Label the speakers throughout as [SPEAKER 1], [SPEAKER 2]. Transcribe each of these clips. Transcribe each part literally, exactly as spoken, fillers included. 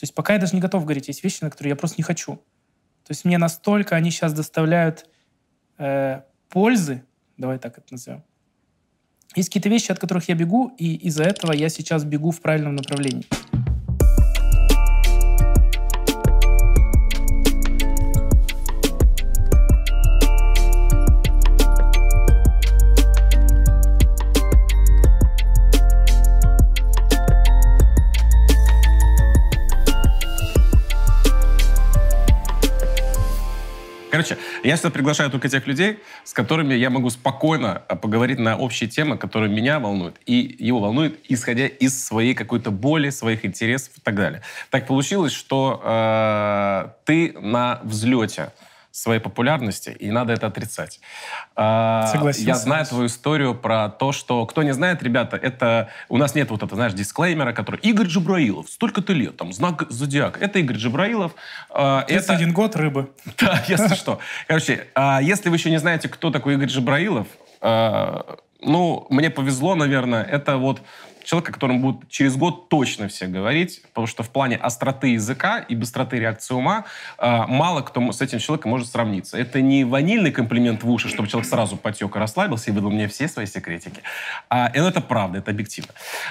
[SPEAKER 1] есть пока я даже не готов говорить, есть вещи, на которые я просто не хочу. То есть мне настолько они сейчас доставляют э, пользы, давай так это назовем. Есть какие-то вещи, от которых я бегу, и из-за этого я сейчас бегу в правильном направлении.
[SPEAKER 2] Короче, я сюда приглашаю только тех людей, с которыми я могу спокойно поговорить на общие темы, которые меня волнуют, и его волнуют, исходя из своей какой-то боли, своих интересов и так далее. Так получилось, что э, ты на взлете своей популярности, и не надо это отрицать.
[SPEAKER 1] Согласен.
[SPEAKER 2] Я знаю твою историю про то, что... Кто не знает, ребята, это... У нас нет вот этого, знаешь, дисклеймера, который... Игорь Джабраилов, столько-то лет, там, знак зодиака. Это Игорь Джабраилов.
[SPEAKER 1] тридцать один это... год, рыба.
[SPEAKER 2] Да, если что. Короче, если вы еще не знаете, кто такой Игорь Джабраилов, ну, мне повезло, наверное, это вот человек, о котором будут через год точно все говорить, потому что в плане остроты языка и быстроты реакции ума э, мало кто с этим человеком может сравниться. Это не ванильный комплимент в уши, чтобы человек сразу потек и расслабился и выдал мне все свои секретики. А, и это правда, это объективно.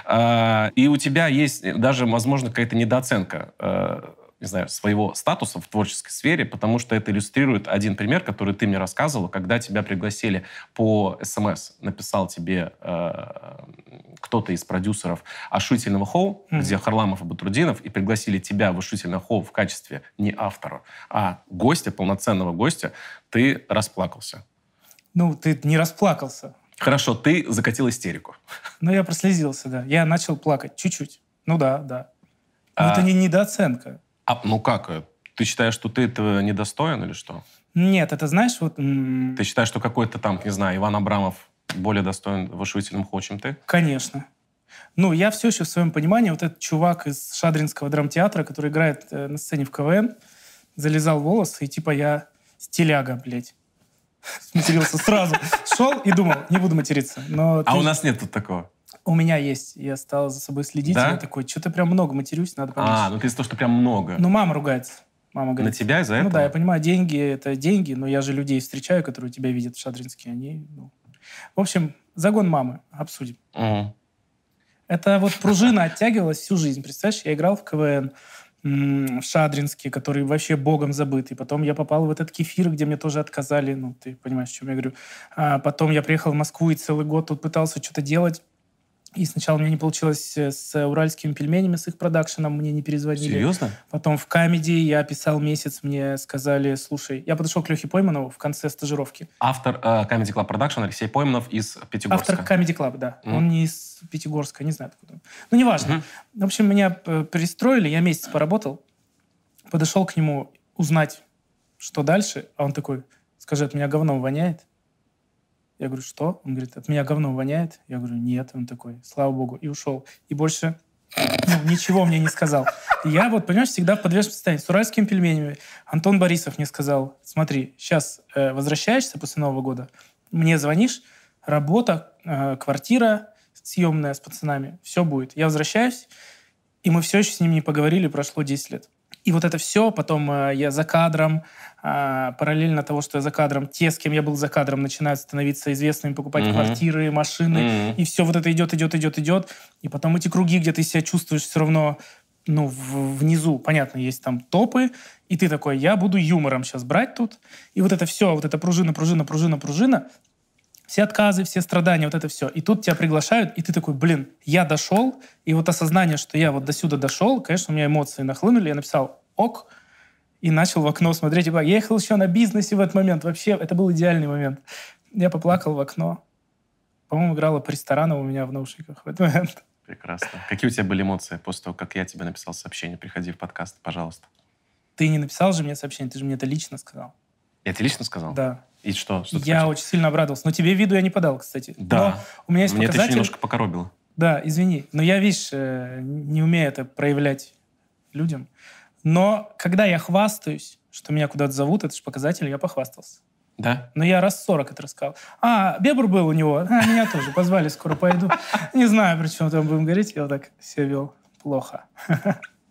[SPEAKER 2] А, и у тебя есть даже, возможно, какая-то недооценка э, не знаю, своего статуса в творческой сфере, потому что это иллюстрирует один пример, который ты мне рассказывал, когда тебя пригласили по СМС, написал тебе э, кто-то из продюсеров ошуительного шоу, mm-hmm. где Харламов и Батрудинов, и пригласили тебя в ошуительное шоу в качестве не автора, а гостя, полноценного гостя, ты расплакался.
[SPEAKER 1] Ну, ты не расплакался.
[SPEAKER 2] Хорошо, ты закатил истерику.
[SPEAKER 1] Ну, я прослезился, да. Я начал плакать чуть-чуть. Ну да, да. Но а... это не недооценка.
[SPEAKER 2] А, ну как? Ты считаешь, что ты этого недостоин или что?
[SPEAKER 1] Нет, это знаешь, вот... М-
[SPEAKER 2] ты считаешь, что какой-то там, не знаю, Иван Абрамов более достоин в ошуительном шоу, чем ты?
[SPEAKER 1] Конечно. Ну, я все еще в своем понимании, вот этот чувак из Шадринского драмтеатра, который играет э, на сцене в КВН, залезал в волосы, и типа я стиляга, блядь. Сматерился сразу. Шел и думал, не буду материться. Но
[SPEAKER 2] а ты... у нас нет тут такого?
[SPEAKER 1] У меня есть. Я стал за собой следить.
[SPEAKER 2] Да?
[SPEAKER 1] Я такой, что-то прям много матерюсь, надо поменьше.
[SPEAKER 2] А, ну ты из-за того, что прям много.
[SPEAKER 1] Ну, мама ругается. Мама говорит,
[SPEAKER 2] на тебя из-за этого?
[SPEAKER 1] Ну да, я понимаю, деньги — это деньги, но я же людей встречаю, которые тебя видят в Шадринске. Они, ну... В общем, загон мамы. Обсудим.
[SPEAKER 2] Угу.
[SPEAKER 1] Это вот пружина оттягивалась всю жизнь. Представляешь, я играл в КВН м- в Шадринске, который вообще богом забытый. Потом я попал в этот кефир, где мне тоже отказали. Ну, ты понимаешь, о чем я говорю. А потом я приехал в Москву и целый год тут пытался что-то делать. И сначала у меня не получилось с уральскими пельменями, с их продакшеном, мне не перезвонили.
[SPEAKER 2] Серьезно?
[SPEAKER 1] Потом в Камеди я писал месяц, мне сказали, слушай, я подошел к Лехе Пойманову в конце стажировки.
[SPEAKER 2] Автор э, Comedy Club Production Алексей Пойманов из Пятигорска.
[SPEAKER 1] Автор Comedy Club, да. Mm. Он не из Пятигорска, не знаю откуда. Ну, неважно. Mm-hmm. В общем, меня перестроили, я месяц поработал, подошел к нему узнать, что дальше, а он такой, скажи, от меня говном воняет? Я говорю, что? Он говорит, от меня говно воняет? Я говорю, нет. Он такой, слава богу, и ушел. И больше ну, ничего мне не сказал. И я вот, понимаешь, всегда в подвешенном состоянии. С уральскими пельменями. Антон Борисов мне сказал, смотри, сейчас э, возвращаешься после Нового года, мне звонишь, работа, э, квартира съемная с пацанами, все будет. Я возвращаюсь, и мы все еще с ним не поговорили, прошло десять лет. И вот это все, потом э, я за кадром, э, параллельно того, что я за кадром, те, с кем я был за кадром, начинают становиться известными, покупать mm-hmm. квартиры, машины, mm-hmm. и все вот это идет, идет, идет, идет. И потом эти круги, где ты себя чувствуешь все равно ну, в, внизу, понятно, есть там топы, и ты такой, я буду юмором сейчас брать тут. И вот это все, вот эта пружина, пружина, пружина, пружина, все отказы, все страдания, вот это все. И тут тебя приглашают, и ты такой, блин, я дошел. И вот осознание, что я вот до сюда дошел, конечно, у меня эмоции нахлынули. Я написал «ок» и начал в окно смотреть. Я ехал еще на бизнесе в этот момент. Вообще, это был идеальный момент. Я поплакал в окно. По-моему, играла по ресторанам у меня в наушниках в этот момент.
[SPEAKER 2] Прекрасно. Какие у тебя были эмоции после того, как я тебе написал сообщение? Приходи в подкаст, пожалуйста.
[SPEAKER 1] Ты не написал же мне сообщение, ты же мне это лично сказал.
[SPEAKER 2] Я тебе лично сказал?
[SPEAKER 1] Да.
[SPEAKER 2] И что? что
[SPEAKER 1] я очень сильно обрадовался. Но тебе виду я не подал, кстати.
[SPEAKER 2] Да.
[SPEAKER 1] Но у меня есть
[SPEAKER 2] Мне
[SPEAKER 1] показатель...
[SPEAKER 2] это еще немножко покоробило.
[SPEAKER 1] Да, извини. Но я, видишь, не умею это проявлять людям. Но когда я хвастаюсь, что меня куда-то зовут, это же показатель, я похвастался.
[SPEAKER 2] Да?
[SPEAKER 1] Но я раз сорок это рассказал. А, Бебр был у него. А, меня тоже. Позвали, скоро пойду. Не знаю, при чем там будем говорить. Я вот так себя вел плохо.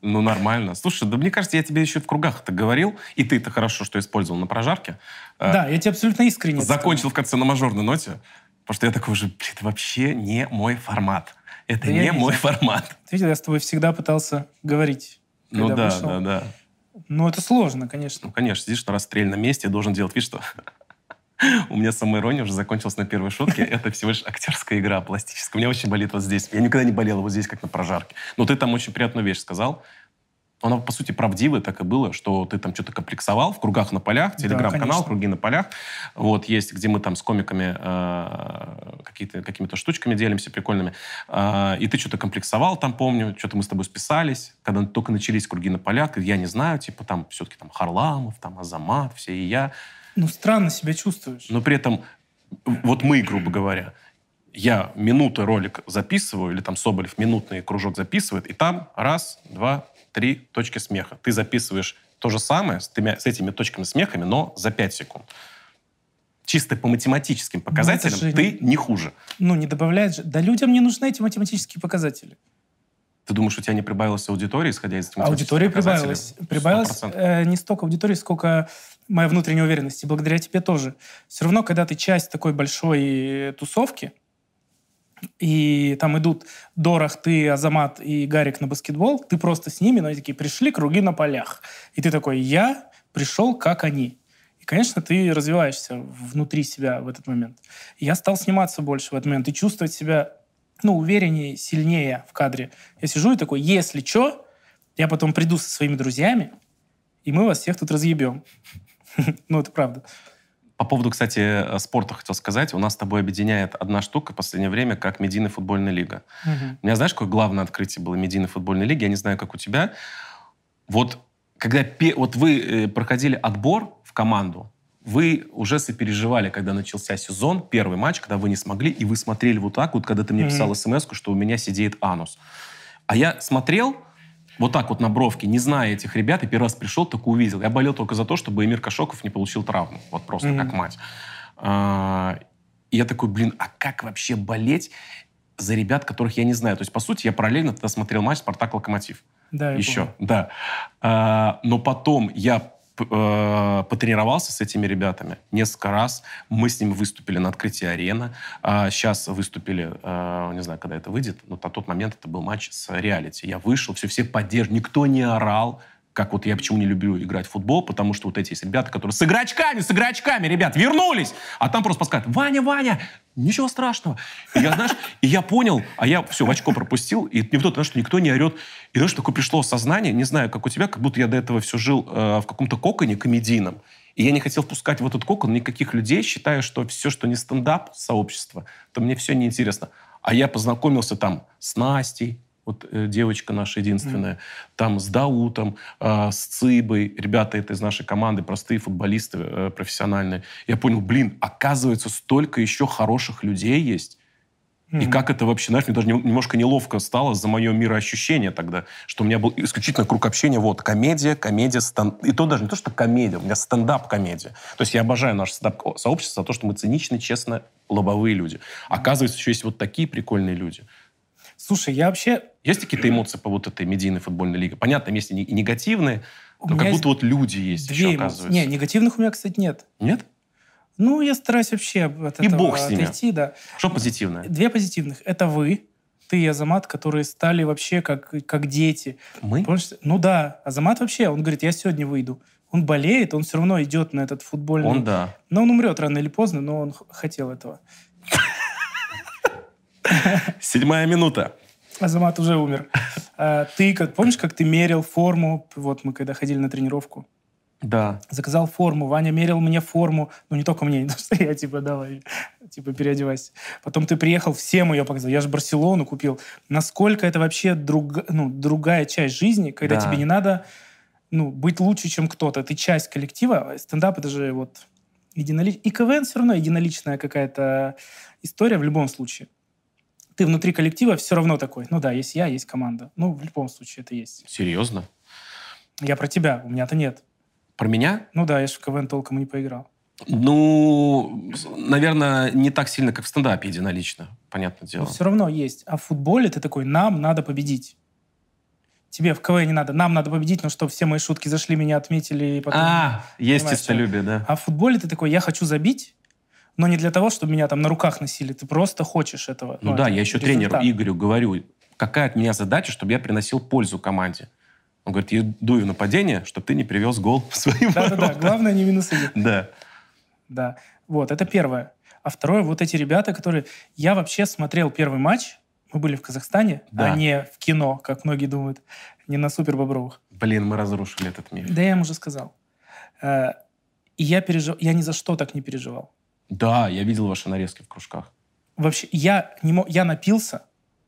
[SPEAKER 2] Ну, нормально. Слушай, да мне кажется, я тебе еще в кругах это говорил, и ты это хорошо, что использовал на прожарке.
[SPEAKER 1] Да, я тебе абсолютно искренне
[SPEAKER 2] Закончил в конце на мажорной ноте, потому что я такой уже, блин, это вообще не мой формат. Это
[SPEAKER 1] Да
[SPEAKER 2] не мой формат.
[SPEAKER 1] Ты видел, я с тобой всегда пытался говорить.
[SPEAKER 2] Ну да,
[SPEAKER 1] вышел.
[SPEAKER 2] да, да.
[SPEAKER 1] Ну, это сложно, конечно.
[SPEAKER 2] Ну, конечно, сидишь на расстрельном месте и должен делать вид, что у меня самоирония уже закончилась на первой шутке. Это всего лишь актерская игра пластическая. У меня очень болит вот здесь. Я никогда не болела вот здесь, как на прожарке. Но ты там очень приятную вещь сказал. Она, по сути, правдивая, так и было, что ты там что-то комплексовал в кругах на полях, телеграм-канал,
[SPEAKER 1] да,
[SPEAKER 2] круги на полях. Вот, есть, где мы там с комиками э, какие-то, какими-то штучками делимся прикольными. Э, и ты что-то комплексовал там, помню, что-то мы с тобой списались, когда только начались круги на полях, я не знаю, типа там все-таки там Харламов, там Азамат, все и я.
[SPEAKER 1] Ну, странно себя чувствуешь.
[SPEAKER 2] Но при этом, вот мы, грубо говоря, я минуты ролик записываю, или там Соболев минутный кружок записывает, и там раз, два, три точки смеха. Ты записываешь то же самое с, тремя, с этими точками смехами, но за пять секунд. Чисто по математическим показателям же ты не хуже.
[SPEAKER 1] Ну, не добавляет же. Да людям не нужны эти математические показатели.
[SPEAKER 2] Ты думаешь, у тебя не прибавилась аудитория, исходя из этих математических
[SPEAKER 1] аудитория
[SPEAKER 2] показателей?
[SPEAKER 1] Прибавилась. Прибавилась э, не столько аудитории, сколько моя внутренняя уверенность. И благодаря тебе тоже. Все равно, когда ты часть такой большой тусовки, и там идут Дорох, ты, Азамат и Гарик на баскетбол, ты просто с ними, но они такие, пришли круги на полях. И ты такой, я пришел, как они. И, конечно, ты развиваешься внутри себя в этот момент. И я стал сниматься больше в этот момент и чувствовать себя, ну, увереннее, сильнее в кадре. Я сижу и такой, если что, я потом приду со своими друзьями, и мы вас всех тут разъебем. Ну, это правда.
[SPEAKER 2] По поводу, кстати, спорта хотел сказать. У нас с тобой объединяет одна штука в последнее время, как медийная футбольная лига.
[SPEAKER 1] Угу.
[SPEAKER 2] У меня, знаешь, какое главное открытие было медийной футбольной лиги? Я не знаю, как у тебя. Вот когда вот вы проходили отбор в команду, вы уже сопереживали, когда начался сезон, первый матч, когда вы не смогли, и вы смотрели вот так вот, когда ты мне писал смс-ку, что у меня сидит анус. А я смотрел вот так вот на бровке, не зная этих ребят, и первый раз пришел, только увидел. Я болел только за то, чтобы Эмир Кашоков не получил травму. Вот просто mm-hmm. как мать. А, и я такой, блин, а как вообще болеть за ребят, которых я не знаю? То есть, по сути, я параллельно тогда смотрел матч «Спартак-Локомотив».
[SPEAKER 1] Да,
[SPEAKER 2] еще, да. А, но потом я э, потренировался с этими ребятами несколько раз. Мы с ними выступили на открытии арены. А сейчас выступили, э, не знаю, когда это выйдет, но на тот момент это был матч с реалити. Я вышел, все, все поддерживали, никто не орал. Как вот я почему не люблю играть в футбол, потому что вот эти есть ребята, которые с игрочками, с игрочками, ребят, вернулись! А там просто подсказывают, Ваня, Ваня, ничего страшного. И я, знаешь, и я понял, а я все в очко пропустил, и никто, знаешь, что никто не орет. И знаешь, такое пришло осознание, не знаю, как у тебя, как будто я до этого все жил э, в каком-то коконе комедийном. И я не хотел впускать в этот кокон никаких людей, считая, что все, что не стендап-сообщество, то мне все неинтересно. А я познакомился там с Настей, вот э, девочка наша единственная, mm. там с Даутом, э, с Цыбой, ребята это из нашей команды, простые футболисты э, профессиональные. Я понял, блин, оказывается, столько еще хороших людей есть. Mm-hmm. И как это вообще, знаешь, мне даже немножко неловко стало за мое мироощущение тогда, что у меня был исключительно круг общения, вот, комедия, комедия, стенд... и то даже не то, что комедия, у меня стендап-комедия. То есть я обожаю наше стендап-сообщество за то, что мы циничные, честно, лобовые люди. Оказывается, еще есть вот такие прикольные люди.
[SPEAKER 1] Слушай, я вообще...
[SPEAKER 2] Есть какие-то эмоции по вот этой медийной футбольной лиге? Понятно, есть и негативные, у но как будто вот люди есть
[SPEAKER 1] две
[SPEAKER 2] еще, оказывается.
[SPEAKER 1] Не, негативных у меня, кстати, нет.
[SPEAKER 2] Нет?
[SPEAKER 1] Ну, я стараюсь вообще от
[SPEAKER 2] и
[SPEAKER 1] этого
[SPEAKER 2] бог с ними.
[SPEAKER 1] отойти, да.
[SPEAKER 2] Что позитивное?
[SPEAKER 1] Две позитивных. Это вы, ты и Азамат, которые стали вообще как, как дети.
[SPEAKER 2] Мы?
[SPEAKER 1] Помнишь? Ну да. Азамат вообще, он говорит, я сегодня выйду. Он болеет, он все равно идет на этот футбольный...
[SPEAKER 2] Он, да.
[SPEAKER 1] Но он умрет рано или поздно, но он хотел этого.
[SPEAKER 2] Седьмая минута.
[SPEAKER 1] Азамат уже умер. А, ты, как, помнишь, как ты мерил форму? Вот мы когда ходили на тренировку.
[SPEAKER 2] Да.
[SPEAKER 1] Заказал форму. Ваня мерил мне форму. Ну, не только мне, не то, что я, типа, давай, типа, переодевайся. Потом ты приехал, всем ее показал. Я же Барселону купил. Насколько это вообще друг, ну, другая часть жизни, когда да. тебе не надо, ну, быть лучше, чем кто-то. Ты часть коллектива. Стендап — это же вот единоличный. И КВН все равно единоличная какая-то история в любом случае. Ты внутри коллектива все равно такой. Ну да, есть я, есть команда. Ну, в любом случае это есть.
[SPEAKER 2] Серьезно?
[SPEAKER 1] Я про тебя. У меня-то нет.
[SPEAKER 2] Про меня?
[SPEAKER 1] Ну да, я же в КВН толком и не поиграл.
[SPEAKER 2] Ну, наверное, не так сильно, как в стендапе единолично. Понятное дело.
[SPEAKER 1] Но все равно есть. А в футболе ты такой, нам надо победить. тебе в КВН не надо, нам надо победить, но чтобы все мои шутки зашли, меня отметили. И потом,
[SPEAKER 2] а, есть
[SPEAKER 1] понимаешь,
[SPEAKER 2] истолюбие, да.
[SPEAKER 1] А в футболе ты такой, я хочу забить, но не для того, чтобы меня там на руках носили. Ты просто хочешь этого.
[SPEAKER 2] Ну, ну да, я еще результат. Тренеру Игорю говорю, какая от меня задача, чтобы я приносил пользу команде. Он говорит, я дую в нападение, чтобы ты не привез гол в свои ворота.
[SPEAKER 1] Да-да-да, главное не минус один.
[SPEAKER 2] Да.
[SPEAKER 1] Да. Вот, это первое. А второе, вот эти ребята, которые... Я вообще смотрел первый матч, мы были в Казахстане, да. а не в кино, как многие думают, не на Супер Бобровых.
[SPEAKER 2] Блин, мы разрушили этот миф.
[SPEAKER 1] Да я им уже сказал. И я переживал, я ни за что так не переживал.
[SPEAKER 2] Да, я видел ваши нарезки в кружках.
[SPEAKER 1] Вообще, я, не мог, я напился.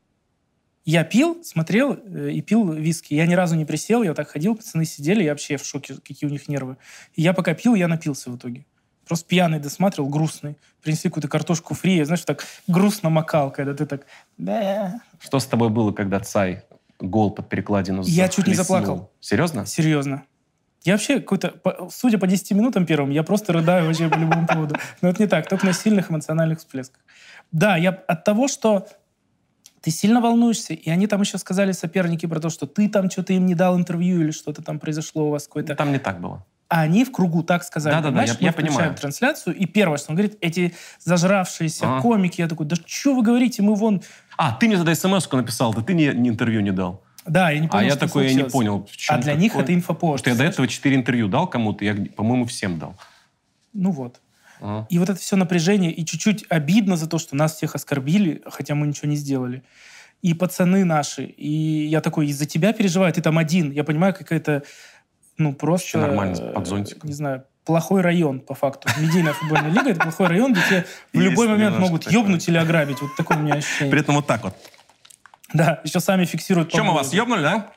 [SPEAKER 1] Я пил, смотрел э, и пил виски. Я ни разу не присел, я вот так ходил, пацаны сидели, я вообще в шоке, какие у них нервы. И я пока пил, я напился в итоге. Просто пьяный досматривал, грустный. Принесли какую-то картошку фри, знаешь, так грустно макал, когда ты так... Да.
[SPEAKER 2] Что с тобой было, когда Цай гол под перекладину захлестнул?
[SPEAKER 1] Я чуть не заплакал.
[SPEAKER 2] Серьезно?
[SPEAKER 1] Серьезно. Я вообще какой-то... Судя по десяти минутам первым, я просто рыдаю вообще по любому поводу. Но это не так, только на сильных эмоциональных всплесках. Да, я от того, что ты сильно волнуешься, и они там еще сказали, соперники, про то, что ты там что-то им не дал интервью или что-то там произошло у вас какое-то...
[SPEAKER 2] Там не так было.
[SPEAKER 1] А они в кругу так сказали.
[SPEAKER 2] Да-да-да, я, я понимаю.
[SPEAKER 1] Трансляцию, и первое, что он говорит, эти зажравшиеся ага. комики, я такой, да что вы говорите, мы вон...
[SPEAKER 2] А, ты мне тогда смс-ку написал, да ты не, не интервью не дал.
[SPEAKER 1] Да, я не понял,
[SPEAKER 2] А я
[SPEAKER 1] что
[SPEAKER 2] такой,
[SPEAKER 1] случилось.
[SPEAKER 2] я не понял. В чем
[SPEAKER 1] а для
[SPEAKER 2] такое?
[SPEAKER 1] них это инфоповод.
[SPEAKER 2] Что я до этого четыре интервью дал кому-то, я, по-моему, всем дал.
[SPEAKER 1] Ну вот.
[SPEAKER 2] Ага.
[SPEAKER 1] И вот это все напряжение, и чуть-чуть обидно за то, что нас всех оскорбили, хотя мы ничего не сделали. И пацаны наши. И я такой, из-за тебя переживаю, ты там один. Я понимаю, какая-то, ну, просто...
[SPEAKER 2] Все нормально, под зонтиком.
[SPEAKER 1] Не знаю, плохой район, по факту. Медийная футбольная лига — это плохой район, где тебя в любой момент могут ёбнуть или ограбить. Вот такое у меня ощущение.
[SPEAKER 2] При этом вот так вот.
[SPEAKER 1] Да, еще сами фиксируют.
[SPEAKER 2] Че, мы вас ёбнули, да?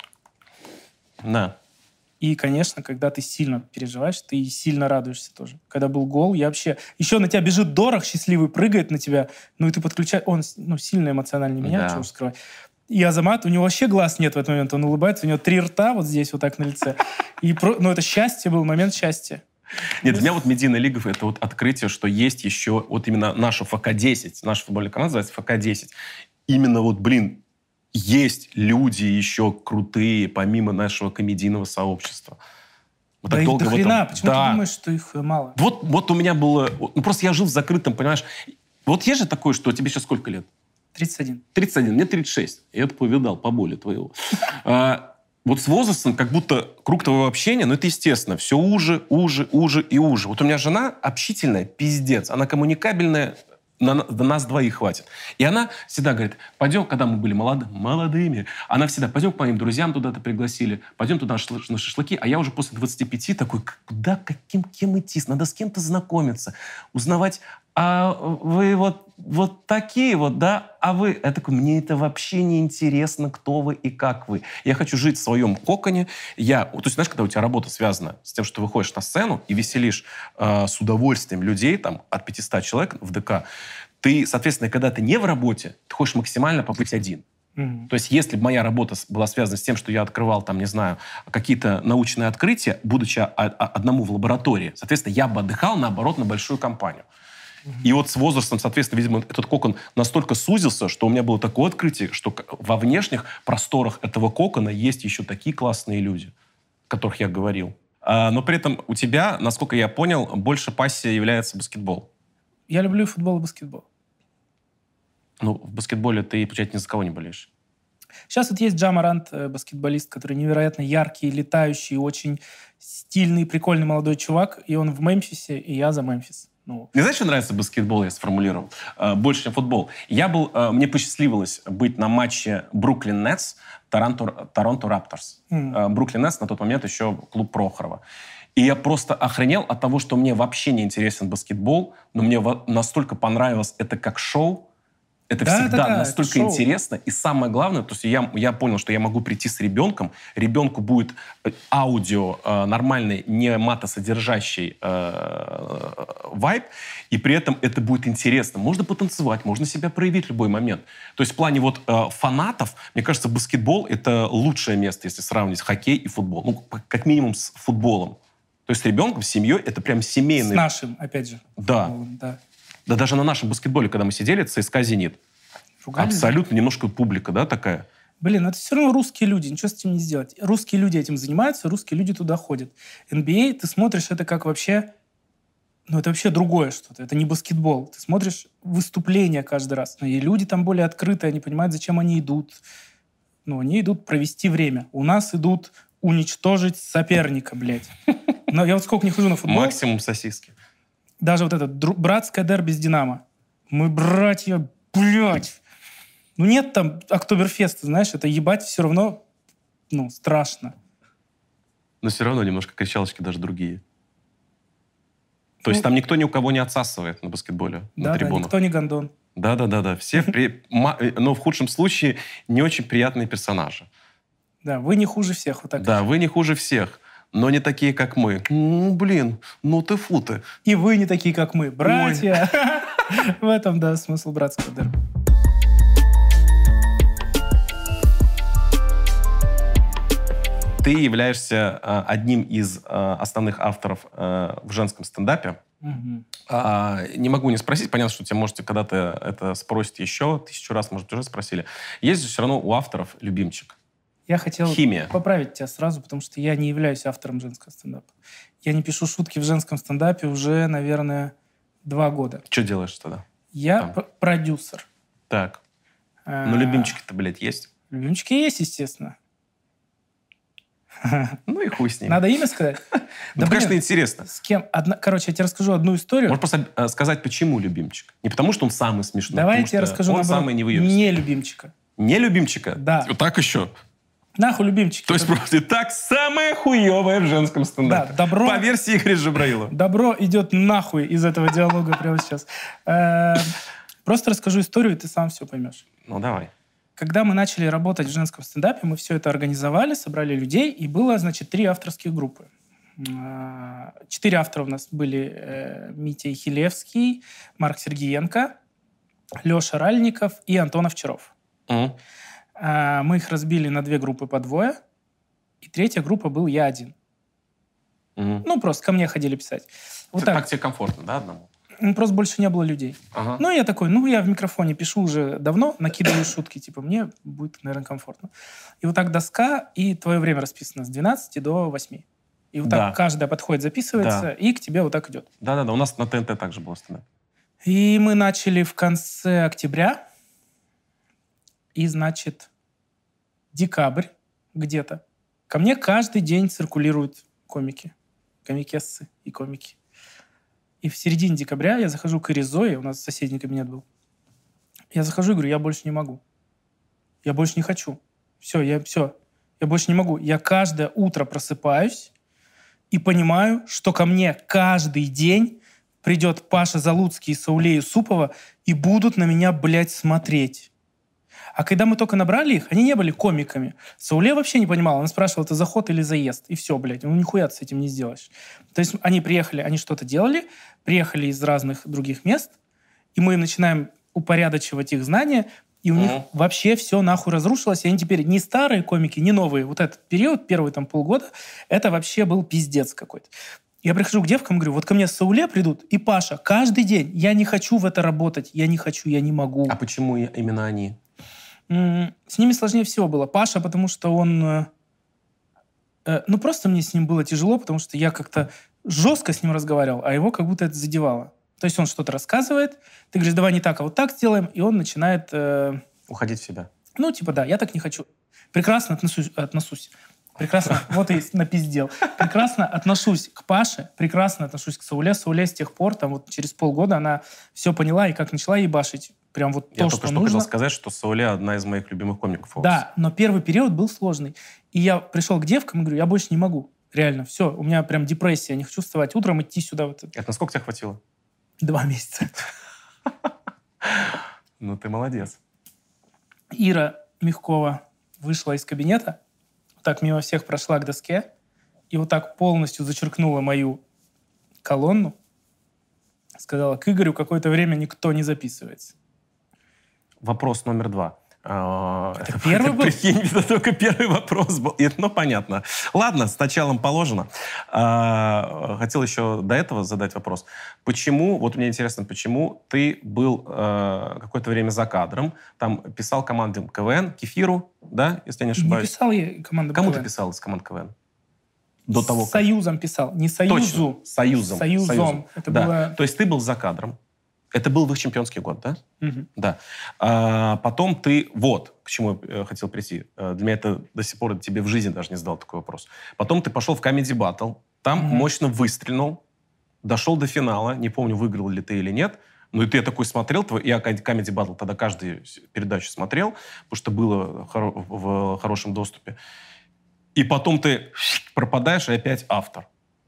[SPEAKER 2] Да.
[SPEAKER 1] И, конечно, когда ты сильно переживаешь, ты сильно радуешься тоже. Когда был гол, я вообще... Еще на тебя бежит Дорох, счастливый, прыгает на тебя, ну и ты подключаешь... Он ну, сильно эмоционально меня,
[SPEAKER 2] да.
[SPEAKER 1] чего уж скрывать. И Азамат, у него вообще глаз нет в этот момент, он улыбается, у него три рта вот здесь вот так на лице. И про... Ну это счастье был, момент счастья.
[SPEAKER 2] Нет, для меня вот медийная лига — это вот открытие, что есть еще вот именно наша эф ка десять, наша футбольная команда называется эф ка десять. Именно вот, блин, есть люди еще крутые, помимо нашего комедийного сообщества.
[SPEAKER 1] Вот да так их долго до хрена, этом... почему да. ты думаешь, что их мало?
[SPEAKER 2] Вот, вот у меня было... Ну, просто я жил в закрытом, понимаешь? Вот есть же такое, что тебе сейчас сколько лет?
[SPEAKER 1] тридцать один.
[SPEAKER 2] тридцать один, мне тридцать шесть. Я это повидал поболее твоего. Вот с возрастом как будто круг твоего общения, ну это естественно, все уже, уже, уже и уже. Вот у меня жена общительная, пиздец. Она коммуникабельная, на, на нас двоих хватит. И она всегда говорит, пойдем, когда мы были молод, молодыми, она всегда, пойдем к моим друзьям туда-то пригласили, пойдем туда на шашлыки, а я уже после двадцати пяти такой, куда, каким, кем идти, надо с кем-то знакомиться, узнавать, а вы вот, вот такие вот, да, а вы, я такой, мне это вообще не интересно, кто вы и как вы. Я хочу жить в своем коконе. Я, то есть, знаешь, когда у тебя работа связана с тем, что ты выходишь на сцену и веселишь э, с удовольствием людей, там, от пятисот человек в ДК, ты, соответственно, когда ты не в работе, ты хочешь максимально побыть один. Mm-hmm. То есть, если бы моя работа была связана с тем, что я открывал, там, не знаю, какие-то научные открытия, будучи одному в лаборатории, соответственно, я бы отдыхал, наоборот, на большую компанию. И вот с возрастом, соответственно, видимо, этот кокон настолько сузился, что у меня было такое открытие, что во внешних просторах этого кокона есть еще такие классные люди, о которых я говорил. А, но при этом у тебя, насколько я понял, больше пассией является баскетбол.
[SPEAKER 1] Я люблю футбол и баскетбол.
[SPEAKER 2] Ну, в баскетболе ты, получается, ни за кого не болеешь.
[SPEAKER 1] Сейчас вот есть Джа Морант, баскетболист, который невероятно яркий, летающий, очень стильный, прикольный молодой чувак. И он в Мемфисе, и я за Мемфис. Ну.
[SPEAKER 2] Мне знаешь, что нравится баскетбол, я сформулировал? Э, больше, чем футбол. Я был, э, мне посчастливилось быть на матче Бруклин Нетс, Торонто Рапторс. Mm. Бруклин Нетс на тот момент еще клуб Прохорова. И я просто охренел от того, что мне вообще не интересен баскетбол, но мне настолько понравилось это как шоу. Это да, всегда да, да, настолько интересно. И самое главное, то есть я, я понял, что я могу прийти с ребенком, ребенку будет аудио э, нормальный, не матосодержащий э, вайб, и при этом это будет интересно. Можно потанцевать, можно себя проявить в любой момент. То есть в плане вот э, фанатов, мне кажется, баскетбол — это лучшее место, если сравнить хоккей и футбол. Ну, как минимум с футболом. То есть с ребенком, с семьей, это прям семейный...
[SPEAKER 1] С нашим, опять же.
[SPEAKER 2] Да.
[SPEAKER 1] Футболом, да.
[SPEAKER 2] Да даже на нашем баскетболе, когда мы сидели, ЦСКА «Зенит». Ругались? Абсолютно немножко публика, да, такая?
[SPEAKER 1] Блин, это все равно русские люди, ничего с этим не сделать. Русские люди этим занимаются, русские люди туда ходят. эн би эй, ты смотришь, это как вообще... Ну, это вообще другое что-то. Это не баскетбол. Ты смотришь выступления каждый раз. Ну, и люди там более открытые, они понимают, зачем они идут. Ну, они идут провести время. У нас идут уничтожить соперника, блядь. Но я вот сколько не хожу на футбол...
[SPEAKER 2] Максимум сосиски.
[SPEAKER 1] Даже вот это дру- братское дерби с «Динамо». Мы братья, блядь. Ну, нет там Октоберфеста, знаешь, это ебать все равно, ну, страшно.
[SPEAKER 2] Но все равно немножко кричалочки даже другие. То
[SPEAKER 1] Ну,
[SPEAKER 2] есть там никто ни у кого не отсасывает на баскетболе,
[SPEAKER 1] Да,
[SPEAKER 2] на
[SPEAKER 1] да,
[SPEAKER 2] трибунах.
[SPEAKER 1] никто не гондон.
[SPEAKER 2] Да-да-да. Все, при... ма- но в худшем случае, не очень приятные персонажи.
[SPEAKER 1] Да, вы не хуже всех, вот так.
[SPEAKER 2] Да, вы не хуже всех, но не такие, как мы. Ну, блин, ну ты фу ты.
[SPEAKER 1] И вы не такие, как мы, братья. В этом, да, смысл братского дерби.
[SPEAKER 2] Ты являешься э, одним из э, основных авторов э, в женском стендапе.
[SPEAKER 1] Мгм.
[SPEAKER 2] А, не могу не спросить. Понятно, что тебя можете когда-то это спросить еще. Тысячу раз, может, уже спросили. Есть же все равно у авторов любимчик.
[SPEAKER 1] Я хотел
[SPEAKER 2] Химия.
[SPEAKER 1] поправить тебя сразу, потому что я не являюсь автором женского стендапа. Я не пишу шутки в женском стендапе уже, наверное, два года.
[SPEAKER 2] Что делаешь тогда?
[SPEAKER 1] Я
[SPEAKER 2] Там.
[SPEAKER 1] п- продюсер.
[SPEAKER 2] Так.
[SPEAKER 1] А,
[SPEAKER 2] Ну, любимчики-то, блядь, есть?
[SPEAKER 1] Любимчики есть, естественно.
[SPEAKER 2] Ну и хуй с ними.
[SPEAKER 1] Надо имя сказать?
[SPEAKER 2] Ну,
[SPEAKER 1] Да,
[SPEAKER 2] конечно,
[SPEAKER 1] блин,
[SPEAKER 2] интересно.
[SPEAKER 1] с кем? Одна... Короче, я тебе расскажу одну историю.
[SPEAKER 2] Можешь просто э, сказать, почему любимчик? Не потому, что он самый смешной,
[SPEAKER 1] Давай я
[SPEAKER 2] потому
[SPEAKER 1] тебе
[SPEAKER 2] что
[SPEAKER 1] расскажу
[SPEAKER 2] он
[SPEAKER 1] наоборот.
[SPEAKER 2] самый невыебистый.
[SPEAKER 1] Не любимчика.
[SPEAKER 2] Не любимчика?
[SPEAKER 1] Да.
[SPEAKER 2] Вот так еще?
[SPEAKER 1] Нахуй любимчики.
[SPEAKER 2] То есть
[SPEAKER 1] Это-
[SPEAKER 2] просто так самое хуевое в женском стендапе.
[SPEAKER 1] Да, добро-
[SPEAKER 2] По версии Игоря Джабраилова.
[SPEAKER 1] Добро идет нахуй из этого диалога прямо сейчас. Э, Просто расскажу историю, и ты сам все поймешь.
[SPEAKER 2] Ну, давай.
[SPEAKER 1] Когда мы начали работать в женском стендапе, мы все это организовали, собрали людей, и было, значит, три авторских группы. А, Четыре автора у нас были: э, Митя Хилевский, Марк Сергеенко, Леша Ральников и Антон Овчаров.
[SPEAKER 2] Мгм.
[SPEAKER 1] А, Мы их разбили на две группы по двое, и третья группа был я один.
[SPEAKER 2] Мгм.
[SPEAKER 1] Ну, просто ко мне ходили писать. Вот
[SPEAKER 2] Так
[SPEAKER 1] так.
[SPEAKER 2] тебе комфортно, да, одному?
[SPEAKER 1] Ну, просто больше не было людей.
[SPEAKER 2] Ага.
[SPEAKER 1] Ну, я такой, ну, я в микрофоне пишу уже давно, накидываю шутки, типа, мне будет, наверное, комфортно. И вот так доска, и твое время расписано с двенадцати до восьми. И вот
[SPEAKER 2] Да.
[SPEAKER 1] так каждая подходит, записывается,
[SPEAKER 2] Да.
[SPEAKER 1] и к тебе вот так идет.
[SPEAKER 2] Да-да-да, у нас на ТНТ также было стендап.
[SPEAKER 1] И мы начали в конце октября, и, значит, декабрь где-то. Ко мне каждый день циркулируют комики, комикессы и комики. И в середине декабря я захожу к Ире Зое, у нас соседний кабинет был. Я захожу и говорю, я больше не могу. Я больше не хочу. Все, я все. Я больше не могу. Я каждое утро просыпаюсь и понимаю, что ко мне каждый день придет Паша Залуцкий и Сауле Юсупова и будут на меня, блядь, смотреть. А когда мы только набрали их, они не были комиками. Сауле вообще не понимал. Он спрашивал, это заход или заезд. И все, блядь. Ну, нихуя ты с этим не сделаешь. То есть они приехали, они что-то делали, приехали из разных других мест, и мы начинаем упорядочивать их знания, и у
[SPEAKER 2] Мгм.
[SPEAKER 1] них вообще все нахуй разрушилось. И они теперь не старые комики, не новые. Вот этот период, первые там полгода, это вообще был пиздец какой-то. Я прихожу к девкам и говорю, вот ко мне Сауле придут и Паша каждый день. Я не хочу в это работать, я не хочу, я не могу.
[SPEAKER 2] А почему и- именно они?
[SPEAKER 1] М, С ними сложнее всего было. Паша, потому что он... э, э, Ну, просто мне с ним было тяжело, потому что я как-то жестко с ним разговаривал, а его как будто это задевало. То есть он что-то рассказывает, ты говоришь, давай не так, а вот так сделаем, и он начинает... э,
[SPEAKER 2] Уходить в себя.
[SPEAKER 1] Ну, типа, да, я так не хочу. Прекрасно отношусь. отношусь. Прекрасно, вот и напиздел. Прекрасно отношусь к Паше, прекрасно отношусь к Сауле. Сауле с тех пор, там вот через полгода она все поняла и как начала ебашить. Прям вот
[SPEAKER 2] Я
[SPEAKER 1] то,
[SPEAKER 2] только
[SPEAKER 1] что
[SPEAKER 2] что
[SPEAKER 1] нужно.
[SPEAKER 2] хотел сказать, что Сауле одна из моих любимых комиков. у вас.
[SPEAKER 1] Да, но первый период был сложный. И я пришел к девкам и говорю, я больше не могу. Реально, все, у меня прям депрессия, не хочу вставать утром, идти сюда. Вот
[SPEAKER 2] Это насколько тебя хватило?
[SPEAKER 1] два месяца.
[SPEAKER 2] Ну, ты молодец.
[SPEAKER 1] Ира Мягкова вышла из кабинета, вот так мимо всех прошла к доске и вот так полностью зачеркнула мою колонну. Сказала, к Игорю какое-то время никто не записывается.
[SPEAKER 2] Вопрос номер два. А,
[SPEAKER 1] Это первый был?
[SPEAKER 2] Прикинь, это только первый вопрос был. И, ну, понятно. Ладно, с началом положено. А, хотел еще до этого задать вопрос. Почему, вот мне интересно, почему ты был а, какое-то время за кадром, там писал команды КВН, Кефиру, да, если я не ошибаюсь?
[SPEAKER 1] Не писал я команду
[SPEAKER 2] Кому
[SPEAKER 1] КВН.
[SPEAKER 2] ты писал из команд КВН? До того,
[SPEAKER 1] с Союзом как... писал, не Союзу.
[SPEAKER 2] Точно, Союзом.
[SPEAKER 1] Союзом.
[SPEAKER 2] Союзом.
[SPEAKER 1] Это
[SPEAKER 2] да.
[SPEAKER 1] было...
[SPEAKER 2] То есть ты был за кадром. Это был в их чемпионский год, да?
[SPEAKER 1] Угу.
[SPEAKER 2] Да. А, потом ты... Вот, к чему я хотел прийти. Для меня это до сих пор тебе в жизни даже не задал такой вопрос. Потом ты пошел в Comedy Battle. Там угу. мощно выстрелил. Дошел до финала. Не помню, выиграл ли ты или нет. Ну, и ты я такой смотрел. Я Comedy Battle тогда каждую передачу смотрел, потому что было в хорошем доступе. И потом ты пропадаешь, и опять автор.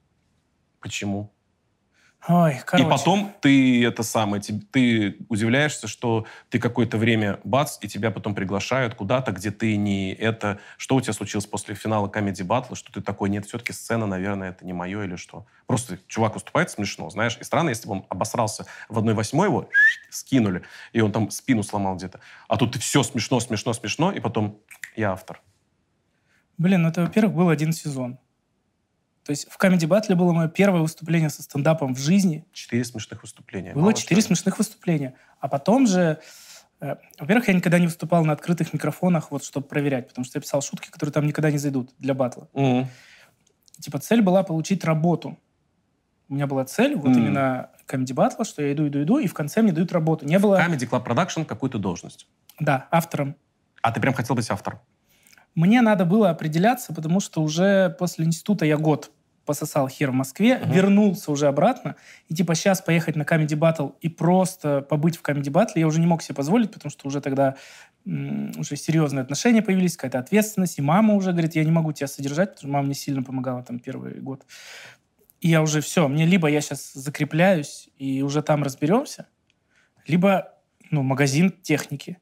[SPEAKER 2] Почему?
[SPEAKER 1] Ой, короче.
[SPEAKER 2] И потом ты это самое, ты, ты удивляешься, что ты какое-то время бац, и тебя потом приглашают куда-то, где ты не это... Что у тебя случилось после финала Comedy Battle, что ты такой, нет, все-таки сцена, наверное, это не мое или что? Просто чувак выступает смешно, знаешь, и странно, если бы он обосрался в одной восьмой, его скинули, и он там спину сломал где-то. А тут все смешно, смешно, смешно, и потом я автор.
[SPEAKER 1] Блин, ну это, во-первых, был один сезон. То есть в Comedy Battle было мое первое выступление со стендапом в жизни.
[SPEAKER 2] Четыре смешных выступления.
[SPEAKER 1] Было четыре смешных выступления. А потом же... Э, во-первых, я никогда не выступал на открытых микрофонах, вот, чтобы проверять, потому что я писал шутки, которые там никогда не зайдут для батла.
[SPEAKER 2] Mm.
[SPEAKER 1] Типа цель была получить работу. У меня была цель, вот mm. именно Comedy Battle, что я иду, иду, иду, и в конце мне дают работу. Не было...
[SPEAKER 2] Comedy Club Production какую-то должность.
[SPEAKER 1] Да, автором.
[SPEAKER 2] А ты прям хотел быть автором?
[SPEAKER 1] Мне надо было определяться, потому что уже после института я год пососал хер в Москве, uh-huh. вернулся уже обратно, и типа сейчас поехать на Comedy Battle и просто побыть в Comedy Battle я уже не мог себе позволить, потому что уже тогда м- уже серьезные отношения появились, какая-то ответственность, и мама уже говорит, я не могу тебя содержать, потому что мама мне сильно помогала там первый год. И я уже все, мне либо я сейчас закрепляюсь и уже там разберемся, либо ну, магазин техники.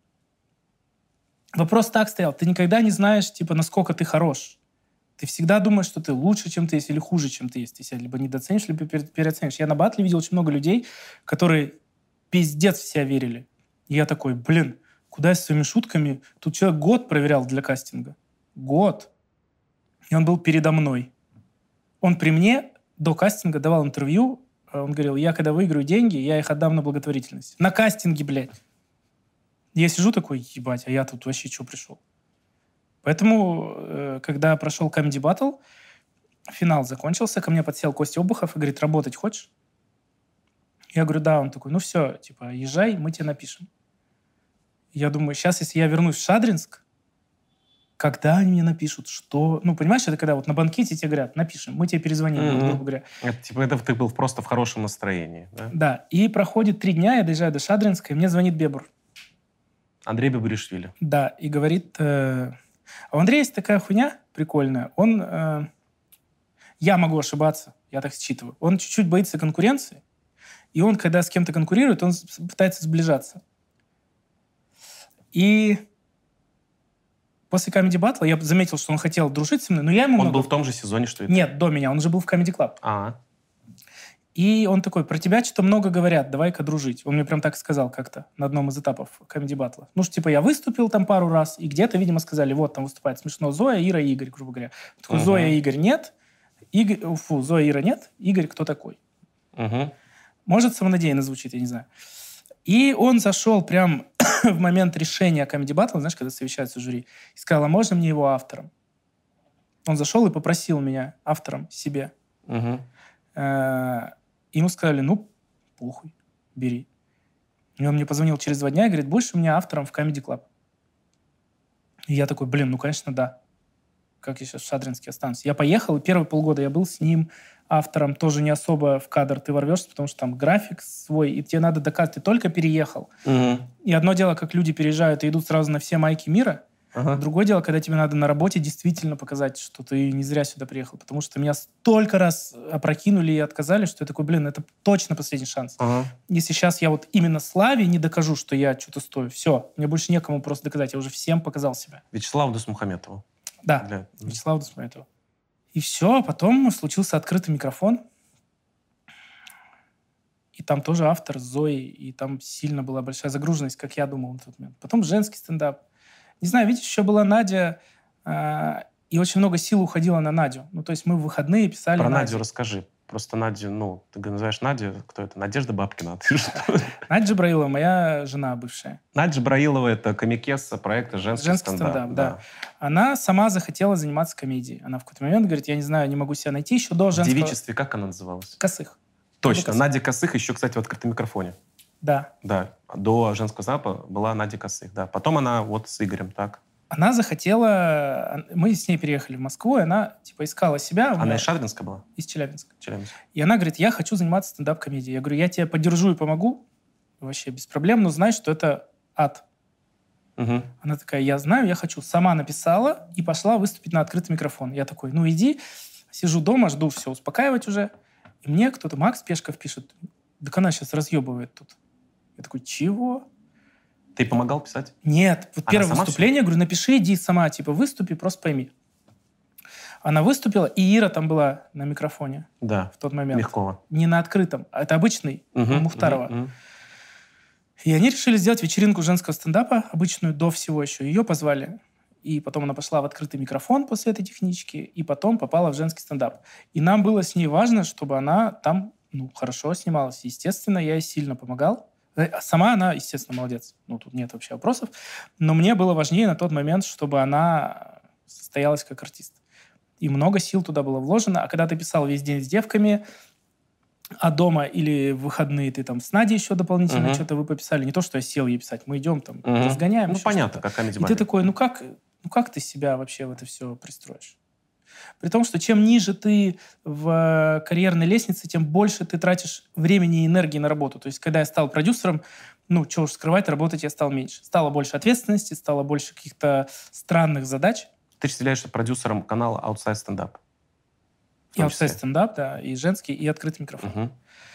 [SPEAKER 1] Вопрос так стоял. Ты никогда не знаешь, типа, насколько ты хорош. Ты всегда думаешь, что ты лучше, чем ты есть, или хуже, чем ты есть. Ты себя либо недооценишь, либо переоценишь. Я на батле видел очень много людей, которые пиздец в себя верили. И я такой, блин, куда я с своими шутками? Тут человек год проверял для кастинга. Год. И он был передо мной. Он при мне до кастинга давал интервью. Он говорил, я когда выиграю деньги, я их отдам на благотворительность. На кастинге, блядь. Я сижу такой, ебать, а я тут вообще что пришел? Поэтому, э, когда прошел Comedy Battle, финал закончился, ко мне подсел Костя Обухов и говорит, работать хочешь? Я говорю, да. Он такой, ну все, типа, езжай, мы тебе напишем. Я думаю, сейчас, если я вернусь в Шадринск, когда они мне напишут, что... Ну, понимаешь, это когда вот на банкете тебе говорят, напишем, мы тебе перезвоним, mm-hmm. вот, грубо говоря.
[SPEAKER 2] Это, типа, это ты был просто в хорошем настроении, да?
[SPEAKER 1] Да. И проходит три дня, я доезжаю до Шадринска, и мне звонит Бебур.
[SPEAKER 2] Андрей Бебуришвили.
[SPEAKER 1] Да, и говорит... Э, а у Андрея есть такая хуйня прикольная. Он... Э, я могу ошибаться, я так считываю. Он чуть-чуть боится конкуренции, и он, когда с кем-то конкурирует, он пытается сближаться. И после Comedy Battle я заметил, что он хотел дружить со мной, но я ему...
[SPEAKER 2] Он
[SPEAKER 1] много...
[SPEAKER 2] был в том же сезоне, что и ты?
[SPEAKER 1] Нет, до меня. Он уже был в Comedy Club.
[SPEAKER 2] А-а.
[SPEAKER 1] И он такой, про тебя что-то много говорят, давай-ка дружить. Он мне прям так сказал как-то на одном из этапов Comedy Battle. Ну, что, типа, я выступил там пару раз, и где-то, видимо, сказали, вот, там выступает смешно Зоя, Ира и Игорь, грубо говоря. Он такой, uh-huh. Зоя, Игорь, нет. Игорь, фу, Зоя, Ира, нет. Игорь, кто такой?
[SPEAKER 2] Uh-huh.
[SPEAKER 1] Может, самонадеянно звучит, я не знаю. И он зашел прям в момент решения Comedy Battle, знаешь, когда совещаются жюри, и сказал, а можно мне его автором? Он зашел и попросил меня автором себе.
[SPEAKER 2] Uh-huh.
[SPEAKER 1] Ему сказали, ну, похуй, бери. И он мне позвонил через два дня и говорит, будешь у меня автором в Comedy Club? И я такой, блин, ну, конечно, да. Как я сейчас в Шадринске останусь? Я поехал, и первые полгода я был с ним автором, тоже не особо в кадр ты ворвешься, потому что там график свой, и тебе надо доказать, ты только переехал.
[SPEAKER 2] Угу.
[SPEAKER 1] И одно дело, как люди переезжают и идут сразу на все майки мира, ага. Другое дело, когда тебе надо на работе действительно показать, что ты не зря сюда приехал. Потому что меня столько раз опрокинули и отказали, что я такой, блин, это точно последний шанс.
[SPEAKER 2] Ага.
[SPEAKER 1] Если сейчас я вот именно Славе не докажу, что я что-то стою, все, мне больше некому просто доказать. Я уже всем показал себя.
[SPEAKER 2] Вячеславу Дусмухаметову.
[SPEAKER 1] Да,
[SPEAKER 2] Для...
[SPEAKER 1] Вячеславу Дусмухаметову. И все, потом случился открытый микрофон. И там тоже автор Зои, и там сильно была большая загруженность, как я думал на тот момент. Потом женский стендап. Не знаю, видишь, еще была Надя, э, и очень много сил уходило на Надю. Ну, то есть мы в выходные писали
[SPEAKER 2] Про
[SPEAKER 1] Надю.
[SPEAKER 2] Надю расскажи. Просто Надю, ну, ты называешь Надю, кто это? Надежда Бабкина. Ты что?
[SPEAKER 1] Надя Джабраилова, моя жена бывшая.
[SPEAKER 2] Надя Джабраилова — это комикесса проекта «Женский,
[SPEAKER 1] Женский
[SPEAKER 2] стендап».
[SPEAKER 1] стендап, да. Она сама захотела заниматься комедией. Она в какой-то момент говорит, я не знаю, не могу себя найти еще до
[SPEAKER 2] В
[SPEAKER 1] женского...
[SPEAKER 2] девичестве как она называлась?
[SPEAKER 1] Косых.
[SPEAKER 2] Точно.
[SPEAKER 1] Косых.
[SPEAKER 2] Надя Косых еще, кстати, в открытом микрофоне.
[SPEAKER 1] Да.
[SPEAKER 2] Да. До «Женского стендапа» была Надя Косых. Да. Потом она вот с Игорем, так.
[SPEAKER 1] Она захотела... Мы с ней переехали в Москву, и она типа искала себя.
[SPEAKER 2] Она
[SPEAKER 1] меня...
[SPEAKER 2] из Шадринска была?
[SPEAKER 1] Из Челябинска.
[SPEAKER 2] Челябинск.
[SPEAKER 1] И она говорит, я хочу заниматься стендап-комедией. Я говорю, я тебя поддержу и помогу. Вообще без проблем, но знай, что это ад.
[SPEAKER 2] Угу.
[SPEAKER 1] Она такая, я знаю, я хочу. Сама написала и пошла выступить на открытый микрофон. Я такой, ну иди. Сижу дома, жду все успокаивать уже. И мне кто-то, Макс Пешков, пишет, так она сейчас разъебывает тут. Я такой, чего?
[SPEAKER 2] Ты помогал писать?
[SPEAKER 1] Нет. Вот
[SPEAKER 2] Она
[SPEAKER 1] первое
[SPEAKER 2] сама
[SPEAKER 1] выступление, говорю, напиши, иди сама, типа, выступи, просто пойми. Она выступила, и Ира там была на микрофоне
[SPEAKER 2] Да.
[SPEAKER 1] в тот момент.
[SPEAKER 2] Мягкова.
[SPEAKER 1] Не на открытом, а это обычный,
[SPEAKER 2] Угу,
[SPEAKER 1] Мухтарова.
[SPEAKER 2] угу, угу.
[SPEAKER 1] И они решили сделать вечеринку женского стендапа, обычную, до всего еще. Ее позвали. И потом она пошла в открытый микрофон после этой технички, и потом попала в женский стендап. И нам было с ней важно, чтобы она там ну, хорошо снималась. Естественно, я ей сильно помогал. Сама она, естественно, молодец. Ну, тут нет вообще вопросов. Но мне было важнее на тот момент, чтобы она состоялась как артист. И много сил туда было вложено. А когда ты писал весь день с девками, а дома или в выходные ты там с Надей еще дополнительно
[SPEAKER 2] Угу.
[SPEAKER 1] что-то вы пописали. Не то, что я сел ей писать. Мы идем там,
[SPEAKER 2] Угу.
[SPEAKER 1] разгоняем.
[SPEAKER 2] Ну, понятно,
[SPEAKER 1] что-то.
[SPEAKER 2] как комедия.
[SPEAKER 1] И ты такой, ну как, ну как ты себя вообще в это все пристроишь? При том, что чем ниже ты в карьерной лестнице, тем больше ты тратишь времени и энергии на работу. То есть, когда я стал продюсером, ну, чего уж скрывать, работать я стал меньше. Стало больше ответственности, стало больше каких-то странных задач.
[SPEAKER 2] Ты являешься продюсером канала Outside Stand Up.
[SPEAKER 1] И Outside Stand Up, да, и женский, и открытый микрофон.
[SPEAKER 2] Угу.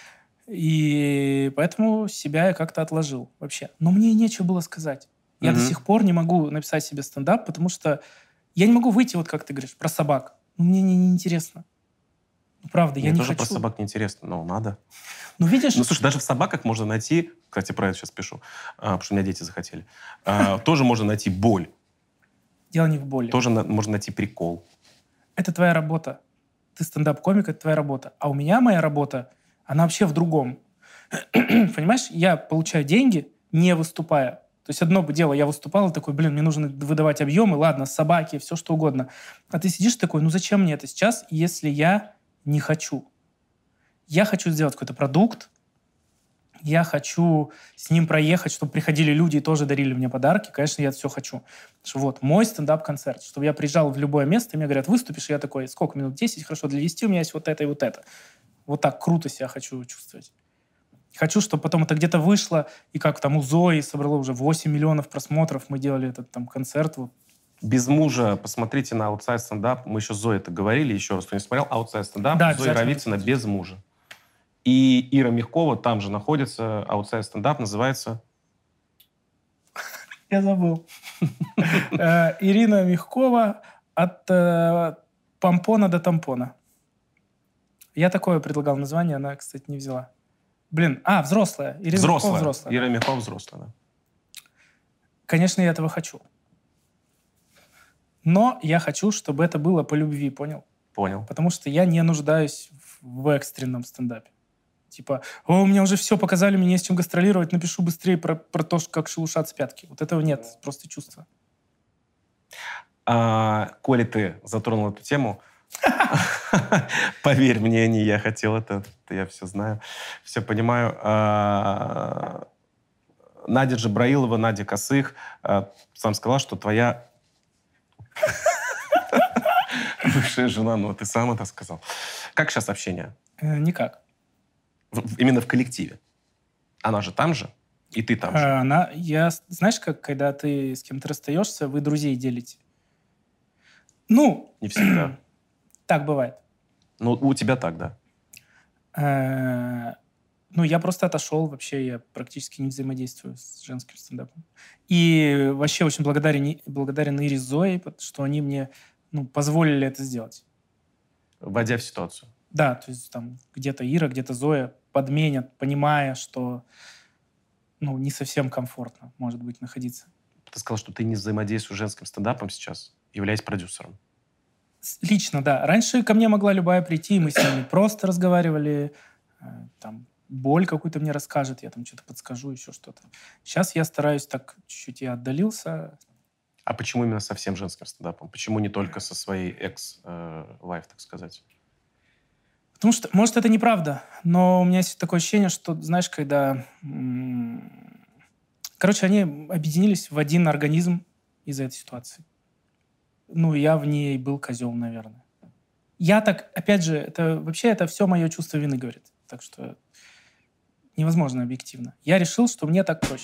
[SPEAKER 1] И поэтому себя я как-то отложил вообще. Но мне нечего было сказать. Я
[SPEAKER 2] Угу.
[SPEAKER 1] до сих пор не могу написать себе стендап, потому что я не могу выйти, вот как ты говоришь, про собак. Ну, мне не, не интересно. Ну, правда, я
[SPEAKER 2] Мне
[SPEAKER 1] не
[SPEAKER 2] тоже
[SPEAKER 1] хочу.
[SPEAKER 2] про собак неинтересно, но надо.
[SPEAKER 1] Ну, видишь...
[SPEAKER 2] Ну, слушай, даже в собаках можно найти, кстати, про это сейчас пишу, а, потому что у меня дети захотели, а, тоже можно найти боль.
[SPEAKER 1] Дело не в боли.
[SPEAKER 2] Тоже на- можно найти прикол.
[SPEAKER 1] Это твоя работа. Ты стендап-комик, это твоя работа. А у меня моя работа, она вообще в другом. Понимаешь, я получаю деньги, не выступая. То есть одно дело, я выступал и такой, блин, мне нужно выдавать объемы, ладно, собаки, все что угодно. А ты сидишь такой, ну зачем мне это сейчас, если я не хочу? Я хочу сделать какой-то продукт, я хочу с ним проехать, чтобы приходили люди и тоже дарили мне подарки. Конечно, я это все хочу. Что вот, мой стендап-концерт. Чтобы я приезжал в любое место, и мне говорят, выступишь, и я такой, сколько минут? десять? Хорошо, для десяти у меня есть вот это и вот это. Вот так круто себя хочу чувствовать. Хочу, чтобы потом это где-то вышло, и как там у Зои собрало уже восемь миллионов просмотров. Мы делали этот там концерт. Вот.
[SPEAKER 2] Без мужа посмотрите на Outside Stand Up. Мы еще с Зоей это говорили, еще раз, кто не смотрел, Outside Stand Up,
[SPEAKER 1] Да,
[SPEAKER 2] Зоя
[SPEAKER 1] обязательно
[SPEAKER 2] Равицына
[SPEAKER 1] посмотрите.
[SPEAKER 2] без мужа. И Ира Мягкова там же находится, Outside Stand Up называется...
[SPEAKER 1] Я забыл. Э, Ирина Мягкова от э, помпона до тампона. Я такое предлагал название, она, кстати, не взяла. Блин, а, взрослая. Ирина Мягкова
[SPEAKER 2] Взрослая.
[SPEAKER 1] взрослая.
[SPEAKER 2] Ира Мягкова взрослая, да.
[SPEAKER 1] Конечно, я этого хочу. Но я хочу, чтобы это было по любви, понял?
[SPEAKER 2] Понял.
[SPEAKER 1] Потому что я не нуждаюсь в, в экстренном стендапе. Типа, о, у меня уже все показали, мне не с чем гастролировать, напишу быстрее про, про то, как шелушатся пятки. Вот этого нет, просто чувство.
[SPEAKER 2] А, коли ты затронул эту тему, поверь мне, не я хотел это, это я все знаю, все понимаю. А, Надя Джабраилова, Надя Косых, а, сам сказала, что твоя бывшая жена, ну ты сам это сказал. Как сейчас общение?
[SPEAKER 1] Э, никак.
[SPEAKER 2] В- в- именно в коллективе. Она же там же, и ты там же.
[SPEAKER 1] А, она, я, знаешь, как когда ты с кем-то расстаешься, вы друзей делите. Ну,
[SPEAKER 2] Не всегда.
[SPEAKER 1] так бывает.
[SPEAKER 2] Ну, у тебя так, да.
[SPEAKER 1] Э, Ну, я просто отошел, вообще я практически не взаимодействую с женским стендапом. И вообще очень благодарен, И- благодарен Ире с Зоей, пот- что они мне ну, позволили это сделать.
[SPEAKER 2] Вводя в ситуацию.
[SPEAKER 1] Да, то есть там где-то Ира, где-то Зоя подменят, понимая, что ну, не совсем комфортно, может быть, находиться.
[SPEAKER 2] Ты сказал, что ты не взаимодействуешь с женским стендапом сейчас, являясь продюсером.
[SPEAKER 1] Лично, да. Раньше ко мне могла любая прийти, и мы с ними просто разговаривали, там, боль какую-то мне расскажет, я там что-то подскажу, еще что-то. Сейчас я стараюсь так, чуть-чуть я отдалился.
[SPEAKER 2] А почему именно со всем женским стендапом? Почему не только со своей экс-вайф, так сказать?
[SPEAKER 1] Потому что, может, это неправда, но у меня есть такое ощущение, что, знаешь, когда... Короче, они объединились в один организм из-за этой ситуации. Ну, я в ней был козел, наверное. Я так, опять же, это вообще это все мое чувство вины говорит. Так что невозможно объективно. Я решил, что мне так проще.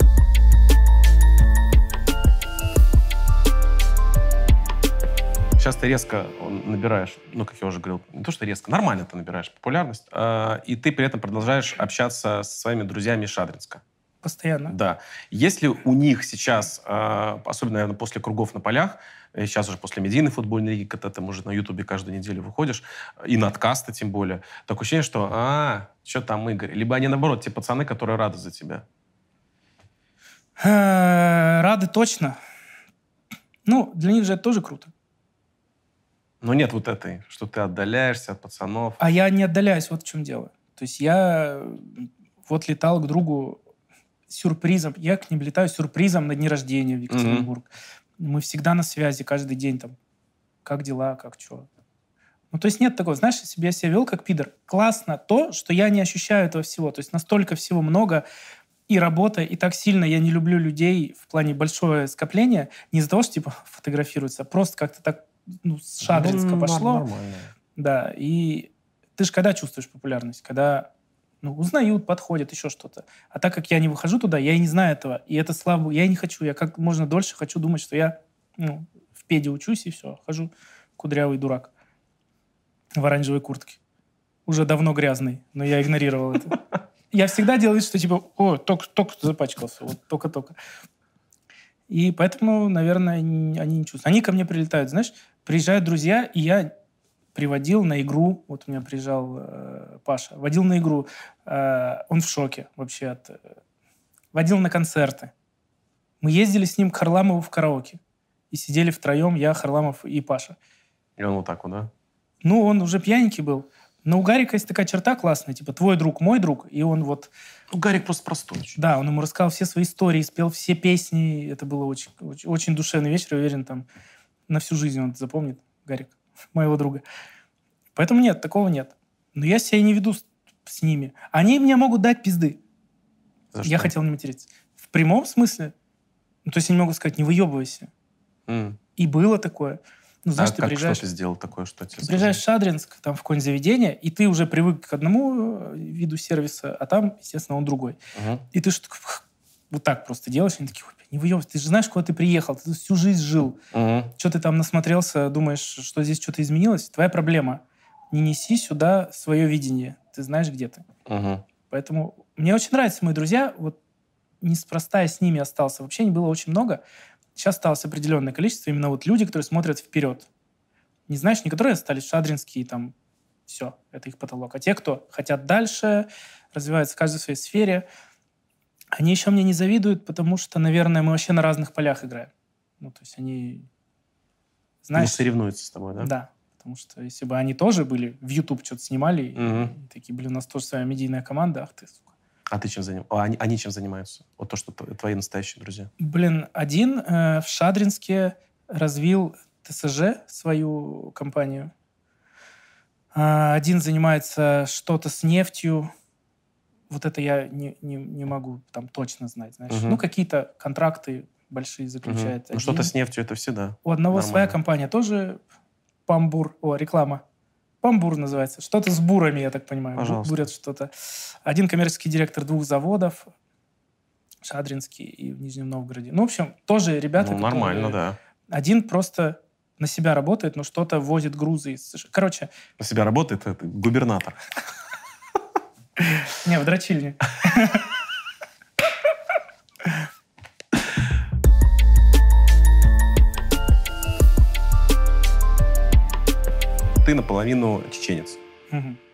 [SPEAKER 2] Сейчас ты резко набираешь, ну, как я уже говорил, не то, что резко, нормально ты набираешь популярность, э, и ты при этом продолжаешь общаться со своими друзьями из Шадринска.
[SPEAKER 1] Постоянно.
[SPEAKER 2] Да. Есть ли у них сейчас, э, особенно, наверное, после кругов на полях, сейчас уже после медийной футбольной лиги, когда ты, может, на Ютубе каждую неделю выходишь, и на откасты тем более, такое ощущение, что а, что там Игорь? Либо они, наоборот, те пацаны, которые рады за тебя?
[SPEAKER 1] Рады точно. Ну, для них же это тоже круто.
[SPEAKER 2] Но нет вот этой, что ты отдаляешься от пацанов.
[SPEAKER 1] А я не отдаляюсь, вот в чем дело. То есть я вот летал к другу сюрпризом. Я к ним летаю сюрпризом на дни рождения в Екатеринбург. Mm-hmm. Мы всегда на связи, каждый день там. Как дела, как что. Ну, то есть нет такого. Знаешь, если бы я себя вел как пидор, классно то, что я не ощущаю этого всего. То есть настолько всего много и работа, и так сильно я не люблю людей в плане большое скопление. Не из-за того, что типа фотографируются, а просто как-то так ну, с Шадринска ну, пошло.
[SPEAKER 2] Нормально.
[SPEAKER 1] Да, и ты же когда чувствуешь популярность? Когда ну, узнают, подходят, еще что-то. А так как я не выхожу туда, я и не знаю этого. И это слабо. Я и не хочу. Я как можно дольше хочу думать, что я ну, в педе учусь, и все. Хожу кудрявый дурак в оранжевой куртке. Уже давно грязный, но я игнорировал это. Я всегда делал вид, что типа, о, только, только запачкался, вот только-только. И поэтому, наверное, они не чувствуют. Они ко мне прилетают, знаешь, приезжают друзья, и я приводил на игру, вот у меня приезжал э, Паша, водил на игру, э, он в шоке вообще от... Э, водил на концерты. Мы ездили с ним к Харламову в караоке. И сидели втроем, я, Харламов и Паша.
[SPEAKER 2] И он вот так вот, да?
[SPEAKER 1] Ну, он уже пьяненький был. Но у Гарика есть такая черта классная, типа, твой друг, мой друг, и он вот...
[SPEAKER 2] Ну, Гарик просто простой.
[SPEAKER 1] Да, он ему рассказал все свои истории, спел все песни, это было очень, очень, очень душевный вечер, я уверен, там, на всю жизнь он это запомнит, Гарик, моего друга. Поэтому нет, такого нет. Но я себя не веду с, с ними. Они мне могут дать пизды.
[SPEAKER 2] За
[SPEAKER 1] я
[SPEAKER 2] что?
[SPEAKER 1] хотел не материться. В прямом смысле? Ну, то есть они могут сказать, не выебывайся.
[SPEAKER 2] Mm.
[SPEAKER 1] И было такое. Ну, знаешь,
[SPEAKER 2] а
[SPEAKER 1] ты
[SPEAKER 2] как,
[SPEAKER 1] приезжаешь...
[SPEAKER 2] что ты сделал такое, что тебе
[SPEAKER 1] Ты приезжаешь в Шадринск, там, в какое-нибудь заведение, и ты уже привык к одному виду сервиса, а там, естественно, он другой.
[SPEAKER 2] Uh-huh.
[SPEAKER 1] И ты что-то вот так просто делаешь, и они такие, не выебывайся, ты же знаешь, куда ты приехал, ты всю жизнь жил.
[SPEAKER 2] Uh-huh. Что
[SPEAKER 1] ты там насмотрелся, думаешь, что здесь что-то изменилось? Твоя проблема. Не неси сюда свое видение. Ты знаешь, где ты.
[SPEAKER 2] Uh-huh.
[SPEAKER 1] Поэтому мне очень нравятся мои друзья. Вот неспроста я с ними остался. Вообще не было очень много. Сейчас осталось определенное количество. Именно вот люди, которые смотрят вперед. Не знаешь, не которые остались шадринские, там, все, это их потолок. А те, кто хотят дальше, развиваются в каждой своей сфере, они еще мне не завидуют, потому что, наверное, мы вообще на разных полях играем. Ну, то есть они...
[SPEAKER 2] Знаешь, не соревнуются с тобой, да?
[SPEAKER 1] Да. Потому что если бы они тоже были, в YouTube что-то снимали,
[SPEAKER 2] угу.
[SPEAKER 1] и такие, блин, у нас тоже своя медийная команда, ах ты, сука.
[SPEAKER 2] А ты чем занимаешься? А они, они чем занимаются? Вот то, что твои настоящие друзья.
[SPEAKER 1] Блин, один э, в Шадринске развил ТСЖ, свою компанию. А, один занимается что-то с нефтью. Вот это я не, не, не могу там точно знать. Знаешь.
[SPEAKER 2] Угу.
[SPEAKER 1] Ну, какие-то контракты большие заключает.
[SPEAKER 2] Угу. Ну, что-то с нефтью, это всегда.
[SPEAKER 1] У одного
[SPEAKER 2] нормально.
[SPEAKER 1] Своя компания тоже Памбур. О, реклама. Памбур называется. Что-то с бурами, я так понимаю.
[SPEAKER 2] Пожалуйста.
[SPEAKER 1] Бурят что-то. Один коммерческий директор двух заводов. Шадринский и в Нижнем Новгороде. Ну, в общем, тоже ребята,
[SPEAKER 2] ну, нормально, да.
[SPEAKER 1] Один просто на себя работает, но что-то возит грузы из США. Короче...
[SPEAKER 2] На себя работает это губернатор.
[SPEAKER 1] Не, в дрочильне.
[SPEAKER 2] Ты наполовину чеченец.
[SPEAKER 1] Угу.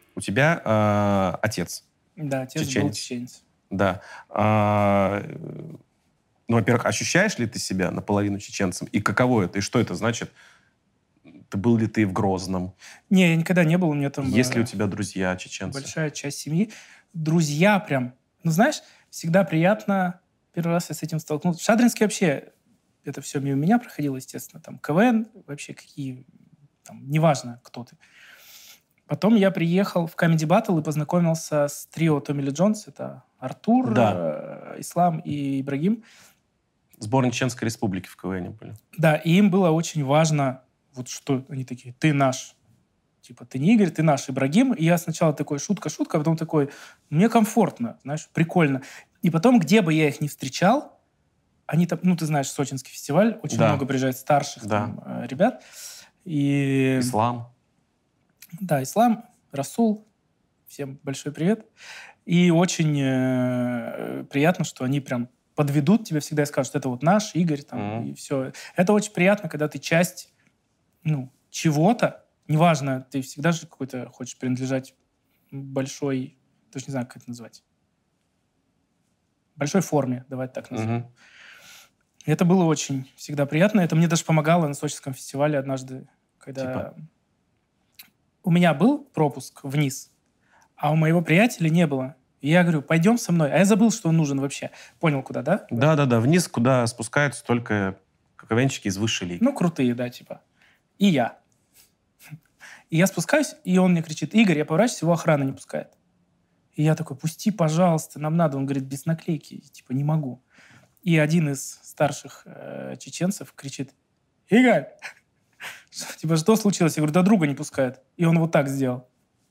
[SPEAKER 2] У тебя э, отец.
[SPEAKER 1] Да, отец
[SPEAKER 2] чеченец.
[SPEAKER 1] был чеченец.
[SPEAKER 2] Да. А, ну, во-первых, ощущаешь ли ты себя наполовину чеченцем? И каково это? И что это значит? Ты был ли ты в Грозном?
[SPEAKER 1] Не, я никогда не был. У меня там
[SPEAKER 2] Есть ли у тебя друзья чеченцы?
[SPEAKER 1] большая часть семьи. Друзья прям. Ну, знаешь, всегда приятно. Первый раз я с этим столкнулся. В Шадринске вообще это все мимо меня проходило, естественно. Там КВН, вообще какие... Там, неважно, кто ты. Потом я приехал в Comedy Battle и познакомился с трио Томми Ли Джонс. Это Артур,
[SPEAKER 2] Да.
[SPEAKER 1] э, Ислам и Ибрагим.
[SPEAKER 2] Сборная Чеченской Республики в КВН были.
[SPEAKER 1] Да, и им было очень важно, вот что они такие, ты наш. Типа, ты не Игорь, ты наш Ибрагим. И я сначала такой, шутка-шутка, а потом такой, мне комфортно, знаешь, прикольно. И потом, где бы я их ни встречал, они там, ну, ты знаешь, Сочинский фестиваль, очень
[SPEAKER 2] Да.
[SPEAKER 1] много приезжает старших
[SPEAKER 2] Да.
[SPEAKER 1] там, э, ребят. И...
[SPEAKER 2] Ислам.
[SPEAKER 1] Да, Ислам, Расул, всем большой привет. И очень э, приятно, что они прям подведут тебя всегда и скажут, что это вот наш Игорь, там,
[SPEAKER 2] Mm-hmm.
[SPEAKER 1] и все. Это очень приятно, когда ты часть, ну, чего-то, неважно, ты всегда же какой-то хочешь принадлежать большой, даже не знаю, как это назвать, большой форме, давайте так назовем.
[SPEAKER 2] Mm-hmm.
[SPEAKER 1] Это было очень всегда приятно. Это мне даже помогало на Сочинском фестивале однажды, когда...
[SPEAKER 2] Типа?
[SPEAKER 1] У меня был пропуск вниз, а у моего приятеля не было. И я говорю, пойдем со мной. А я забыл, что он нужен вообще. Понял, куда, да?
[SPEAKER 2] Да-да-да, вниз, куда спускаются только КВНщики из высшей лиги.
[SPEAKER 1] Ну, крутые, да, типа. И я. И я спускаюсь, и он мне кричит, Игорь, я поворачиваюсь, его охрана не пускает. И я такой, пусти, пожалуйста, нам надо. Он говорит, без наклейки. Типа, не могу. И один из старших э, чеченцев кричит, Игорь! Типа, что случилось? Я говорю, да друга не пускают. И он вот так сделал.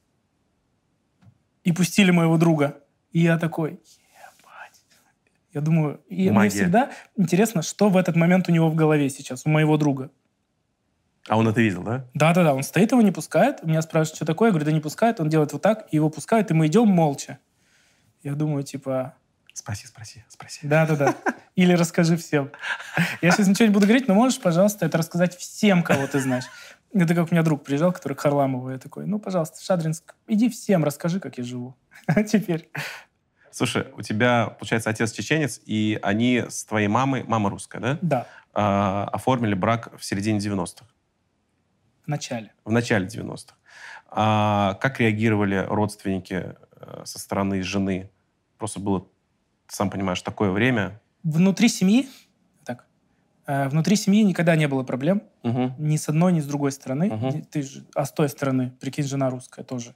[SPEAKER 1] И пустили моего друга. И я такой, ебать. Я думаю, и мне всегда интересно, что в этот момент у него в голове сейчас, у моего друга.
[SPEAKER 2] А он это видел, да?
[SPEAKER 1] Да-да-да, он стоит, его не пускает. Меня спрашивают, что такое. Я говорю, да не пускает. Он делает вот так, и его пускают, и мы идем молча. Я думаю, типа...
[SPEAKER 2] Спроси, спроси, спроси.
[SPEAKER 1] Да-да-да. Или расскажи всем. Я сейчас ничего не буду говорить, но можешь, пожалуйста, это рассказать всем, кого ты знаешь. Это как у меня друг приезжал, который к Харламову. Я такой, ну, пожалуйста, Шадринск, иди всем расскажи, как я живу. Теперь.
[SPEAKER 2] Слушай, у тебя, получается, отец чеченец, и они с твоей мамой, мама русская, да?
[SPEAKER 1] Да.
[SPEAKER 2] А, оформили брак в середине девяностых.
[SPEAKER 1] В начале.
[SPEAKER 2] В начале девяностых. А как реагировали родственники со стороны жены? Просто было, сам понимаешь, такое время.
[SPEAKER 1] Внутри семьи, так, э, внутри семьи никогда не было проблем.
[SPEAKER 2] Угу.
[SPEAKER 1] Ни с одной, ни с другой стороны.
[SPEAKER 2] Угу.
[SPEAKER 1] Ты же, а с той стороны, прикинь, жена русская тоже.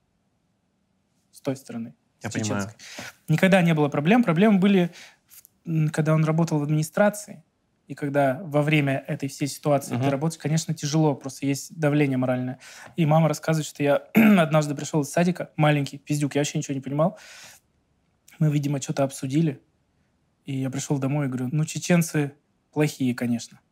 [SPEAKER 1] С той стороны.
[SPEAKER 2] Я
[SPEAKER 1] с
[SPEAKER 2] понимаю.
[SPEAKER 1] чеченской. Никогда не было проблем. Проблемы были, когда он работал в администрации. И когда во время этой всей ситуации
[SPEAKER 2] Угу.
[SPEAKER 1] ты работаешь, конечно, тяжело. Просто есть давление моральное. И мама рассказывает, что я однажды пришел из садика, маленький пиздюк, я вообще ничего не понимал. Мы, видимо, что-то обсудили. И я пришел домой и говорю, ну, чеченцы плохие, конечно.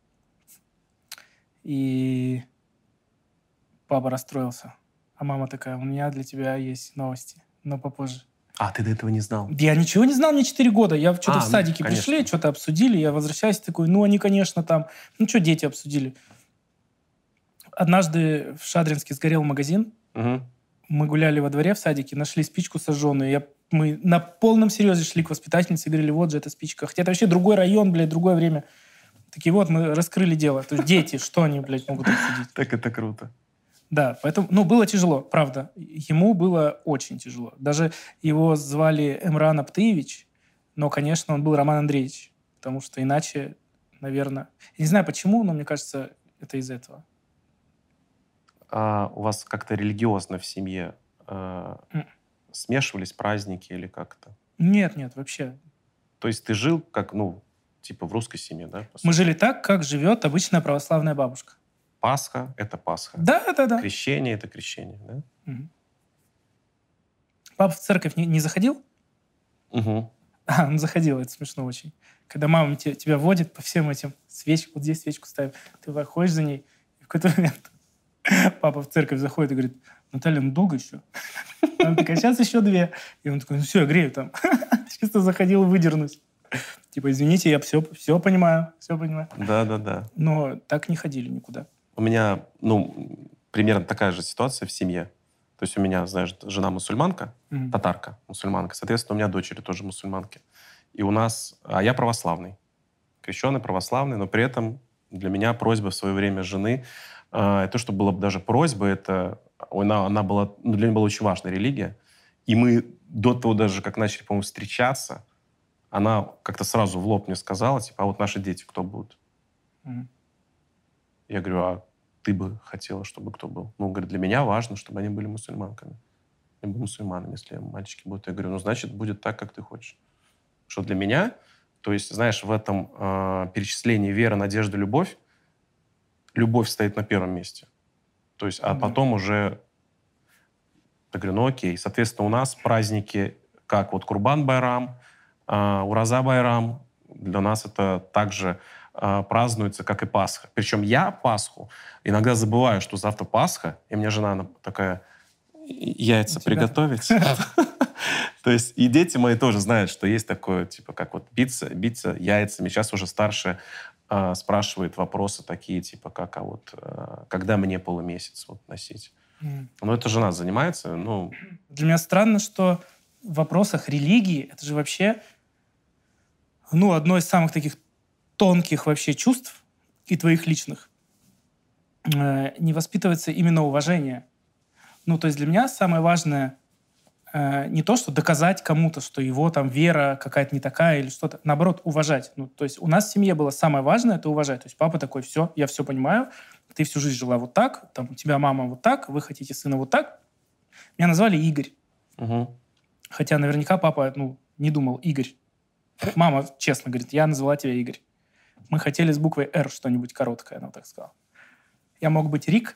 [SPEAKER 1] И папа расстроился. А мама такая, у меня для тебя есть новости, но попозже.
[SPEAKER 2] А, ты до этого не знал?
[SPEAKER 1] Я ничего не знал, мне четыре года. Я что-то
[SPEAKER 2] А,
[SPEAKER 1] в садике
[SPEAKER 2] ну,
[SPEAKER 1] пришли, что-то обсудили, я возвращаюсь такой, ну, они, конечно, там... Ну, что дети обсудили? Однажды в Шадринске сгорел магазин.
[SPEAKER 2] Угу.
[SPEAKER 1] Мы гуляли во дворе в садике, нашли спичку сожженную. Я, мы на полном серьезе шли к воспитательнице и говорили, вот же эта спичка. Хотя это вообще другой район, блядь, другое время. Такие вот, мы раскрыли дело. То есть дети, что они, блядь, могут обсудить?
[SPEAKER 2] Так это круто.
[SPEAKER 1] Да, поэтому, ну, было тяжело, правда. Ему было очень тяжело. Даже его звали Эмран Аптыевич, но, конечно, он был Роман Андреевич. Потому что иначе, наверное... Я не знаю, почему, но мне кажется, это из этого.
[SPEAKER 2] А у вас как-то религиозно в семье э,
[SPEAKER 1] Mm.
[SPEAKER 2] смешивались праздники или как-то?
[SPEAKER 1] Нет, нет, вообще.
[SPEAKER 2] То есть ты жил как, ну, типа в русской семье, да? по
[SPEAKER 1] Мы
[SPEAKER 2] сути?
[SPEAKER 1] жили так, как живет обычная православная бабушка.
[SPEAKER 2] Пасха — это Пасха.
[SPEAKER 1] Да, да, да.
[SPEAKER 2] Крещение — это крещение, да?
[SPEAKER 1] Мгм. Папа в церковь не, не заходил?
[SPEAKER 2] Угу.
[SPEAKER 1] А, он заходил, это смешно очень. Когда мама те- тебя водит по всем этим свечкам, вот здесь свечку ставим, ты выходишь за ней, и в какой-то момент папа в церковь заходит и говорит, Наталья, ну долго еще? Она такая, сейчас еще две. И он такой, ну все, я грею там. Чисто заходил выдернуть. Типа, извините, я все, все понимаю, все понимаю.
[SPEAKER 2] Да-да-да.
[SPEAKER 1] Но так не ходили никуда.
[SPEAKER 2] У меня, ну, примерно такая же ситуация в семье. То есть у меня, знаешь, жена мусульманка,
[SPEAKER 1] Мгм.
[SPEAKER 2] татарка, мусульманка. Соответственно, у меня дочери тоже мусульманки. И у нас... А я православный. Крещеный, православный, но при этом для меня просьба в свое время жены, э, то, что было бы даже просьба, это... Она, она была... Ну, для меня была очень важная религия. И мы до того даже, как начали, по-моему, встречаться, она как-то сразу в лоб мне сказала, типа, а вот наши дети кто будут?
[SPEAKER 1] Мгм.
[SPEAKER 2] Я говорю, а ты бы хотела, чтобы кто был? Ну, говорит, для меня важно, чтобы они были мусульманками. Либо мусульманами, если мальчики будут. Я говорю, ну, значит, будет так, как ты хочешь. Что для меня, то есть, знаешь, в этом э, перечислении вера, надежда, любовь, любовь стоит на первом месте. То есть, а
[SPEAKER 1] Да.
[SPEAKER 2] потом уже, я говорю, ну, окей. Соответственно, у нас праздники, как вот Курбан-Байрам, э, Ураза-Байрам, для нас это также э, празднуется, как и Пасха. Причем я Пасху иногда забываю, что завтра Пасха, и мне жена она такая, яйца приготовить. То есть и дети мои тоже знают, что есть такое, типа, как вот биться, биться яйцами. Сейчас уже старшая э, спрашивает вопросы такие, типа, как, а вот, э, когда мне полумесяц вот носить?
[SPEAKER 1] Мгм.
[SPEAKER 2] Ну, это жена занимается, ну...
[SPEAKER 1] Для меня странно, что в вопросах религии это же вообще, ну, одно из самых таких тонких вообще чувств и твоих личных. Э, не воспитывается именно уважение. Ну, то есть для меня самое важное э, не то, что доказать кому-то, что его там вера какая-то не такая или что-то. Наоборот, уважать. Ну, то есть у нас в семье было самое важное — это уважать. То есть папа такой, все, я все понимаю, ты всю жизнь жила вот так, там, у тебя мама вот так, вы хотите сына вот так. Меня назвали Игорь.
[SPEAKER 2] Угу.
[SPEAKER 1] Хотя наверняка папа, ну, не думал Игорь. Мама честно говорит, я назвала тебя Игорь. Мы хотели с буквой «Р» что-нибудь короткое, она так сказала. Я мог быть Рик,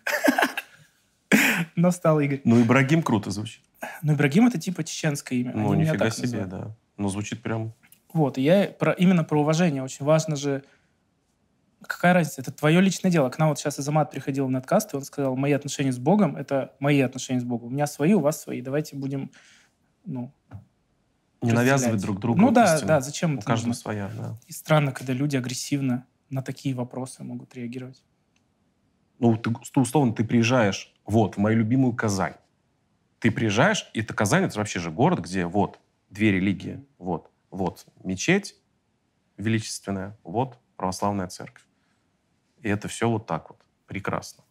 [SPEAKER 1] но стал Игорь.
[SPEAKER 2] Ну, Ибрагим круто звучит.
[SPEAKER 1] Ну, Ибрагим — это типа чеченское имя.
[SPEAKER 2] Ну,
[SPEAKER 1] Они меня
[SPEAKER 2] нифига
[SPEAKER 1] так
[SPEAKER 2] себе,
[SPEAKER 1] называют.
[SPEAKER 2] да. Ну, звучит прям...
[SPEAKER 1] Вот, и я про, именно про уважение. Очень важно же... Какая разница? Это твое личное дело. К нам вот сейчас Азамат приходил в Неткаст, и он сказал, мои отношения с Богом — это мои отношения с Богом. У меня свои, у вас свои. Давайте будем, ну...
[SPEAKER 2] Не
[SPEAKER 1] разделять.
[SPEAKER 2] навязывать друг другу
[SPEAKER 1] Ну да,
[SPEAKER 2] истину.
[SPEAKER 1] да, зачем
[SPEAKER 2] У
[SPEAKER 1] это
[SPEAKER 2] каждого
[SPEAKER 1] нужно?
[SPEAKER 2] своя, да.
[SPEAKER 1] И странно, когда люди агрессивно на такие вопросы могут реагировать.
[SPEAKER 2] Ну, ты, условно, ты приезжаешь, вот, в мою любимую Казань. Ты приезжаешь, и это Казань, это вообще же город, где вот две религии, вот, вот мечеть величественная, вот православная церковь. И это все вот так вот. Прекрасно.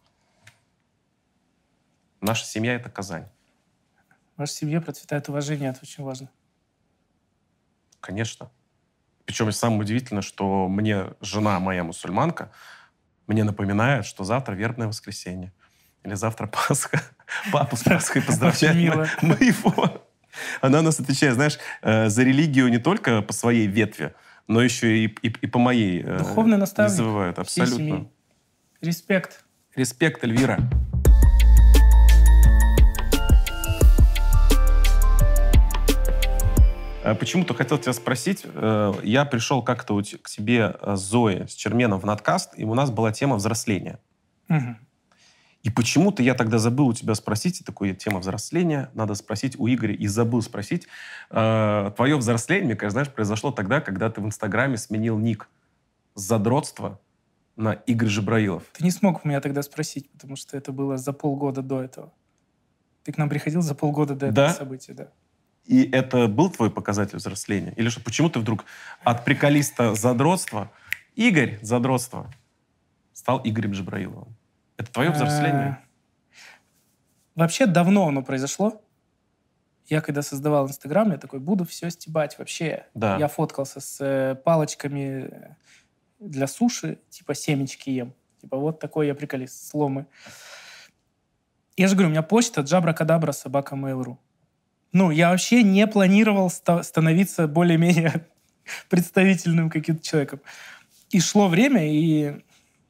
[SPEAKER 2] Наша семья — это Казань.
[SPEAKER 1] В вашей семье процветает уважение, это очень важно.
[SPEAKER 2] Конечно. Причем самое удивительное, что мне жена моя мусульманка мне напоминает, что завтра вербное воскресенье. Или завтра Пасха. Папу с Пасхой поздравляет
[SPEAKER 1] мило.
[SPEAKER 2] моего. Она нас отвечает, знаешь, э, за религию не только по своей ветви, но еще и, и, и по моей. э,
[SPEAKER 1] Духовный наставник
[SPEAKER 2] Не забывают,
[SPEAKER 1] всей
[SPEAKER 2] абсолютно.
[SPEAKER 1] семьи. Респект.
[SPEAKER 2] Респект, Эльвира. Э, Почему-то хотел тебя спросить. э, Я пришел как-то у те- к тебе э, с Зоей, с Черменом в надкаст, и у нас была тема взросления.
[SPEAKER 1] Мгм.
[SPEAKER 2] И почему-то я тогда забыл у тебя спросить, и такой, тема взросления, надо спросить у Игоря, и забыл спросить. Э, твое взросление, мне кажется, знаешь, произошло тогда, когда ты в Инстаграме сменил ник с задротства на Игорь Жабраилов.
[SPEAKER 1] Ты не смог у меня тогда спросить, потому что это было за полгода до этого. Ты к нам приходил за полгода до этого
[SPEAKER 2] Да?
[SPEAKER 1] события, да.
[SPEAKER 2] И это был твой показатель взросления? Или что, почему ты вдруг от приколиста задротства, Игорь задротства, стал Игорем Жабраиловым? Это твое взросление?
[SPEAKER 1] Э, Вообще давно оно произошло. Я когда создавал Инстаграм, я такой, буду все стебать вообще.
[SPEAKER 2] Да.
[SPEAKER 1] Я фоткался с э, палочками э, для суши, типа семечки ем. Типа вот такой я приколист, сломы. Я же говорю, у меня почта джабракадабра собака mail.ru. Ну, я вообще не планировал ста- становиться более-менее представительным каким-то человеком. И шло время, и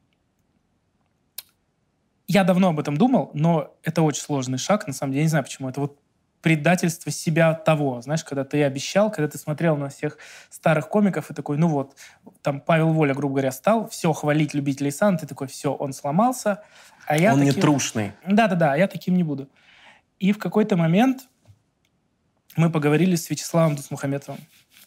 [SPEAKER 1] я давно об этом думал, но это очень сложный шаг, на самом деле. Я не знаю, почему. Это вот предательство себя того. Знаешь, когда ты обещал, когда ты смотрел на всех старых комиков и такой, ну вот, там Павел Воля, грубо говоря, стал, все, хвалить любителей сан, ты такой, все, он сломался. А я
[SPEAKER 2] Он не
[SPEAKER 1] таким...
[SPEAKER 2] трушный.
[SPEAKER 1] Да-да-да, я таким не буду. И в какой-то момент мы поговорили с Вячеславом Дусмухаметовым.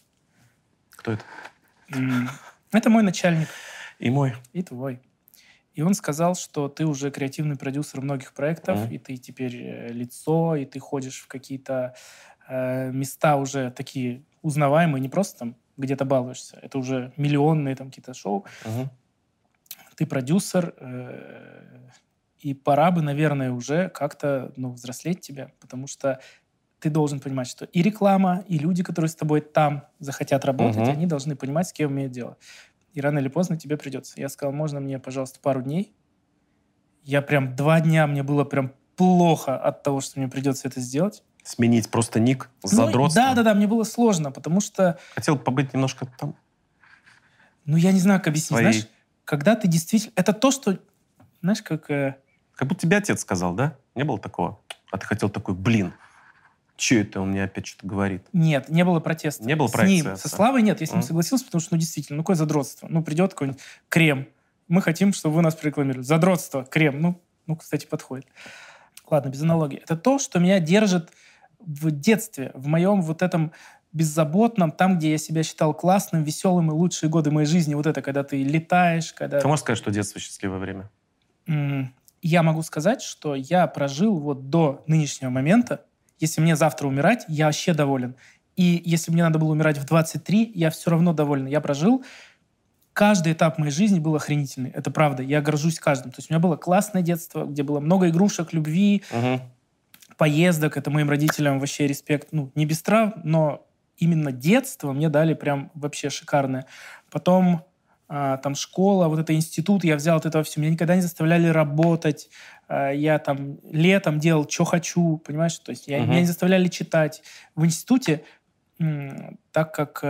[SPEAKER 2] Кто это?
[SPEAKER 1] М, Это мой начальник
[SPEAKER 2] И мой.
[SPEAKER 1] и твой. И он сказал, что ты уже креативный продюсер многих проектов, mm-hmm. и ты теперь э, лицо, и ты ходишь в какие-то э, места уже такие узнаваемые, не просто там где-то балуешься, это уже миллионные там какие-то шоу.
[SPEAKER 2] Mm-hmm.
[SPEAKER 1] Ты продюсер, э, и пора бы, наверное, уже как-то ну, взрослеть тебя, потому что ты должен понимать, что и реклама, и люди, которые с тобой там захотят работать, mm-hmm. они должны понимать, с кем имеют дело. И рано или поздно тебе придется. Я сказал, можно мне, пожалуйста, пару дней? Я прям два дня, мне было прям плохо от того, что мне придется это сделать.
[SPEAKER 2] Сменить просто ник с
[SPEAKER 1] ну,
[SPEAKER 2] задротством?
[SPEAKER 1] Да-да-да, мне было сложно, потому что...
[SPEAKER 2] Хотел побыть немножко там?
[SPEAKER 1] Ну, я не знаю, как объяснить.
[SPEAKER 2] Своей...
[SPEAKER 1] Знаешь, когда ты действительно... Это то, что... Знаешь, как... Э...
[SPEAKER 2] Как будто тебе отец сказал, да? Не было такого? А ты хотел такой, блин, че это он мне опять что-то говорит?
[SPEAKER 1] Нет, не было протеста.
[SPEAKER 2] Не было
[SPEAKER 1] с
[SPEAKER 2] проекции.
[SPEAKER 1] Ним, со Славой нет, я с ним mm. согласился, потому что, ну, действительно, ну, какое задротство? Ну, придет какой-нибудь крем. Мы хотим, чтобы вы нас прорекламировали. Задротство, крем. Ну, ну, кстати, подходит. Ладно, без аналогии. Это то, что меня держит в детстве, в моем вот этом беззаботном, там, где я себя считал классным, веселым, и лучшие годы моей жизни. Вот это, когда ты летаешь, когда...
[SPEAKER 2] Ты можешь сказать, что детство счастливое время?
[SPEAKER 1] Mm. Я могу сказать, что я прожил вот до нынешнего момента. Если мне завтра умирать, я вообще доволен. И если мне надо было умирать в двадцать три, я все равно доволен. Я прожил... Каждый этап моей жизни был охренительный. Это правда. Я горжусь каждым. То есть у меня было классное детство, где было много игрушек, любви,
[SPEAKER 2] угу.
[SPEAKER 1] поездок. Это моим родителям вообще респект. Ну, не без травм, но именно детство мне дали прям вообще шикарное. Потом а, там школа, вот это институт, я взял от этого все. Меня никогда не заставляли работать. А, я там летом делал, что хочу, понимаешь? То есть я, угу. меня не заставляли читать. В институте, м- так как...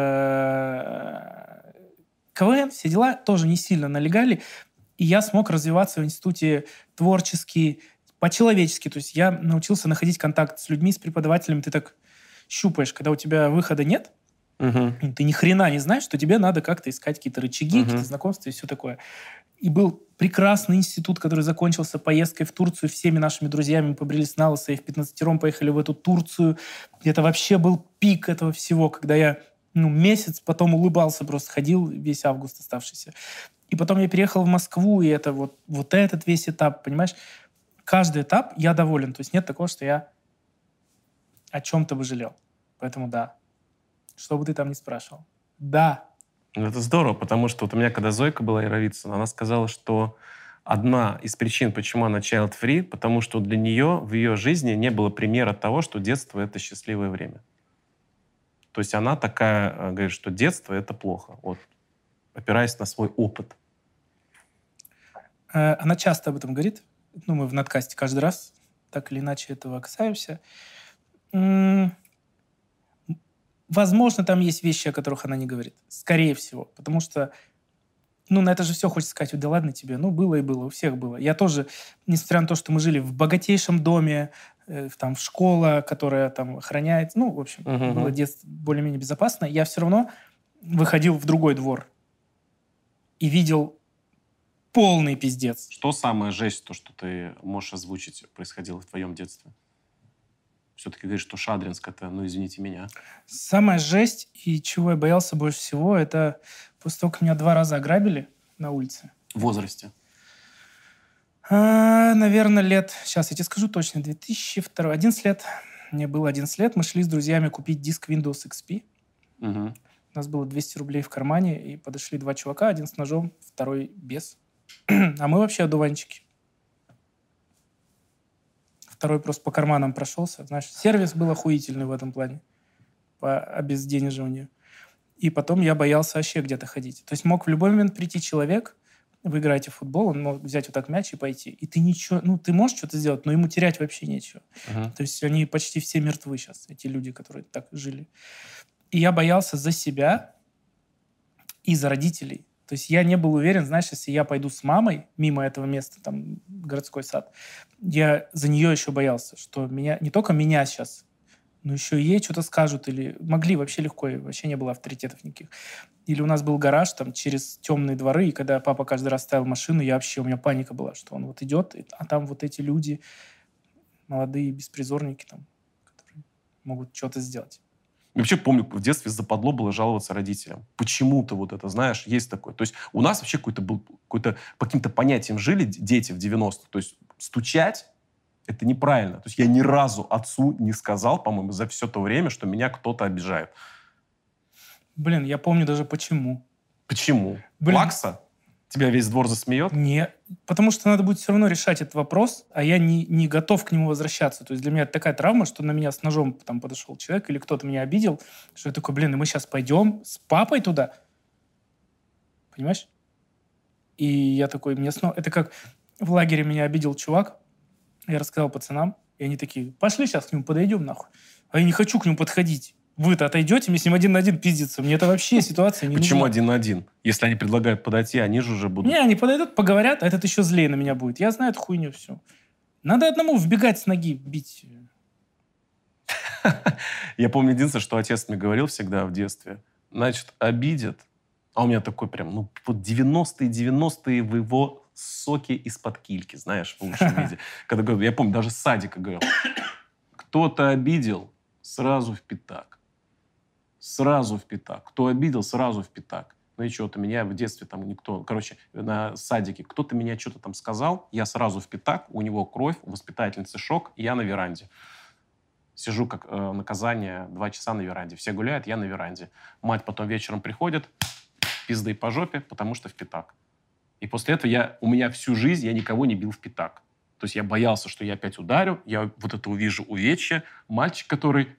[SPEAKER 1] Э- КВН, все дела тоже не сильно налегали, и я смог развиваться в институте творчески, по-человечески. То есть я научился находить контакт с людьми, с преподавателями. Ты так щупаешь, когда у тебя выхода нет,
[SPEAKER 2] uh-huh.
[SPEAKER 1] ты ни хрена не знаешь, что тебе надо как-то искать какие-то рычаги, uh-huh. какие-то знакомства и все такое. И был прекрасный институт, который закончился поездкой в Турцию. Всеми нашими друзьями мы побрились на лысо и в пятнадцатером поехали в эту Турцию. Это вообще был пик этого всего, когда я ну, месяц, потом улыбался, просто ходил весь август оставшийся. И потом я переехал в Москву, и это вот, вот этот весь этап, понимаешь? Каждый этап я доволен. То есть нет такого, что я о чем-то бы жалел. Поэтому да. Что бы ты там ни спрашивал. Да.
[SPEAKER 2] Это здорово, потому что вот у меня, когда Зойка была Яровицына, она сказала, что одна из причин, почему она child-free, потому что для нее в ее жизни не было примера того, что детство — это счастливое время. То есть она такая, говорит, что детство — это плохо, вот, опираясь на свой опыт.
[SPEAKER 1] Она часто об этом говорит. Ну, мы в надкасте каждый раз так или иначе этого касаемся. Возможно, там есть вещи, о которых она не говорит. Скорее всего. Потому что, ну, на это же все хочется сказать, да ладно тебе. Ну, было и было, у всех было. Я тоже, несмотря на то, что мы жили в богатейшем доме, там школа, которая там охраняет, ну, в общем, uh-huh. было детство более-менее безопасно, я все равно выходил в другой двор и видел полный пиздец.
[SPEAKER 2] Что самое жесть, то, что ты можешь озвучить, происходило в твоем детстве? Все-таки говоришь, что Шадринск — это, ну, извините меня.
[SPEAKER 1] Самая жесть, и чего я боялся больше всего, это после того, как меня два раза ограбили на улице.
[SPEAKER 2] В возрасте?
[SPEAKER 1] А, наверное, лет... Сейчас я тебе скажу точно. две тысячи второй. одиннадцать лет. Мне было одиннадцать лет. Мы шли с друзьями купить диск Windows икс пи.
[SPEAKER 2] Угу.
[SPEAKER 1] У нас было двести рублей в кармане, и подошли два чувака, один с ножом, второй без. А мы вообще одуванчики. Второй просто по карманам прошелся. Знаешь, сервис был охуительный в этом плане. По обезденеживанию. И потом я боялся вообще где-то ходить. То есть мог в любой момент прийти человек, вы играете в футбол, он мог взять вот так мяч и пойти. И ты ничего... Ну, ты можешь что-то сделать, но ему терять вообще нечего.
[SPEAKER 2] Uh-huh.
[SPEAKER 1] То есть они почти все мертвы сейчас, эти люди, которые так жили. И я боялся за себя и за родителей. То есть я не был уверен, знаешь, если я пойду с мамой мимо этого места, там, городской сад, я за нее еще боялся, что меня... Не только меня сейчас, но еще и ей что-то скажут, или могли вообще легко, и вообще не было авторитетов никаких. Или у нас был гараж там через темные дворы, и когда папа каждый раз ставил машину, я вообще, у меня паника была, что он вот идет, а там вот эти люди, молодые беспризорники, там, которые могут что-то сделать.
[SPEAKER 2] Я вообще помню, в детстве западло было жаловаться родителям. Почему-то вот это, знаешь, есть такое. То есть у нас вообще какой-то был, какой-то, по каким-то понятиям жили дети в девяностых. То есть стучать — это неправильно. То есть я ни разу отцу не сказал, по-моему, за все то время, что меня кто-то обижает.
[SPEAKER 1] Блин, я помню даже почему.
[SPEAKER 2] Почему?
[SPEAKER 1] Блин.
[SPEAKER 2] Плакса? Тебя весь двор засмеет?
[SPEAKER 1] Не, потому что надо будет все равно решать этот вопрос, а я не, не готов к нему возвращаться. То есть для меня это такая травма, что на меня с ножом там подошел человек или кто-то меня обидел, что я такой, блин, и мы сейчас пойдем с папой туда? Понимаешь? И я такой, мне снова... Это как в лагере меня обидел чувак, я рассказал пацанам, и они такие, пошли сейчас к нему подойдем нахуй. А я не хочу к нему подходить. Вы-то отойдете, мне с ним один на один пиздиться. Мне это вообще ситуация не нужна.
[SPEAKER 2] Почему один на один? Если они предлагают подойти, они же уже будут...
[SPEAKER 1] Не, они подойдут, поговорят, а этот еще злее на меня будет. Я знаю эту хуйню все. Надо одному вбегать с ноги, бить.
[SPEAKER 2] Я помню единственное, что отец мне говорил всегда в детстве. Значит, обидят. А у меня такой прям, ну, вот девяностые девяностые в его соке из-под кильки, знаешь, в лучшем виде. Когда говорю, я помню, даже с садика говорил. Кто-то обидел, сразу в пятак. Сразу в пятак. Кто обидел, сразу в пятак. Ну и что-то меня в детстве там никто... Короче, на садике кто-то меня что-то там сказал, я сразу в пятак, у него кровь, у воспитательницы шок, и я на веранде. Сижу как э, наказание два часа на веранде. Все гуляют, я на веранде. Мать потом вечером приходит, пиздой по жопе, потому что в пятак. И после этого я, у меня всю жизнь я никого не бил в пятак. То есть я боялся, что я опять ударю, я вот это увижу увечье. Мальчик, который...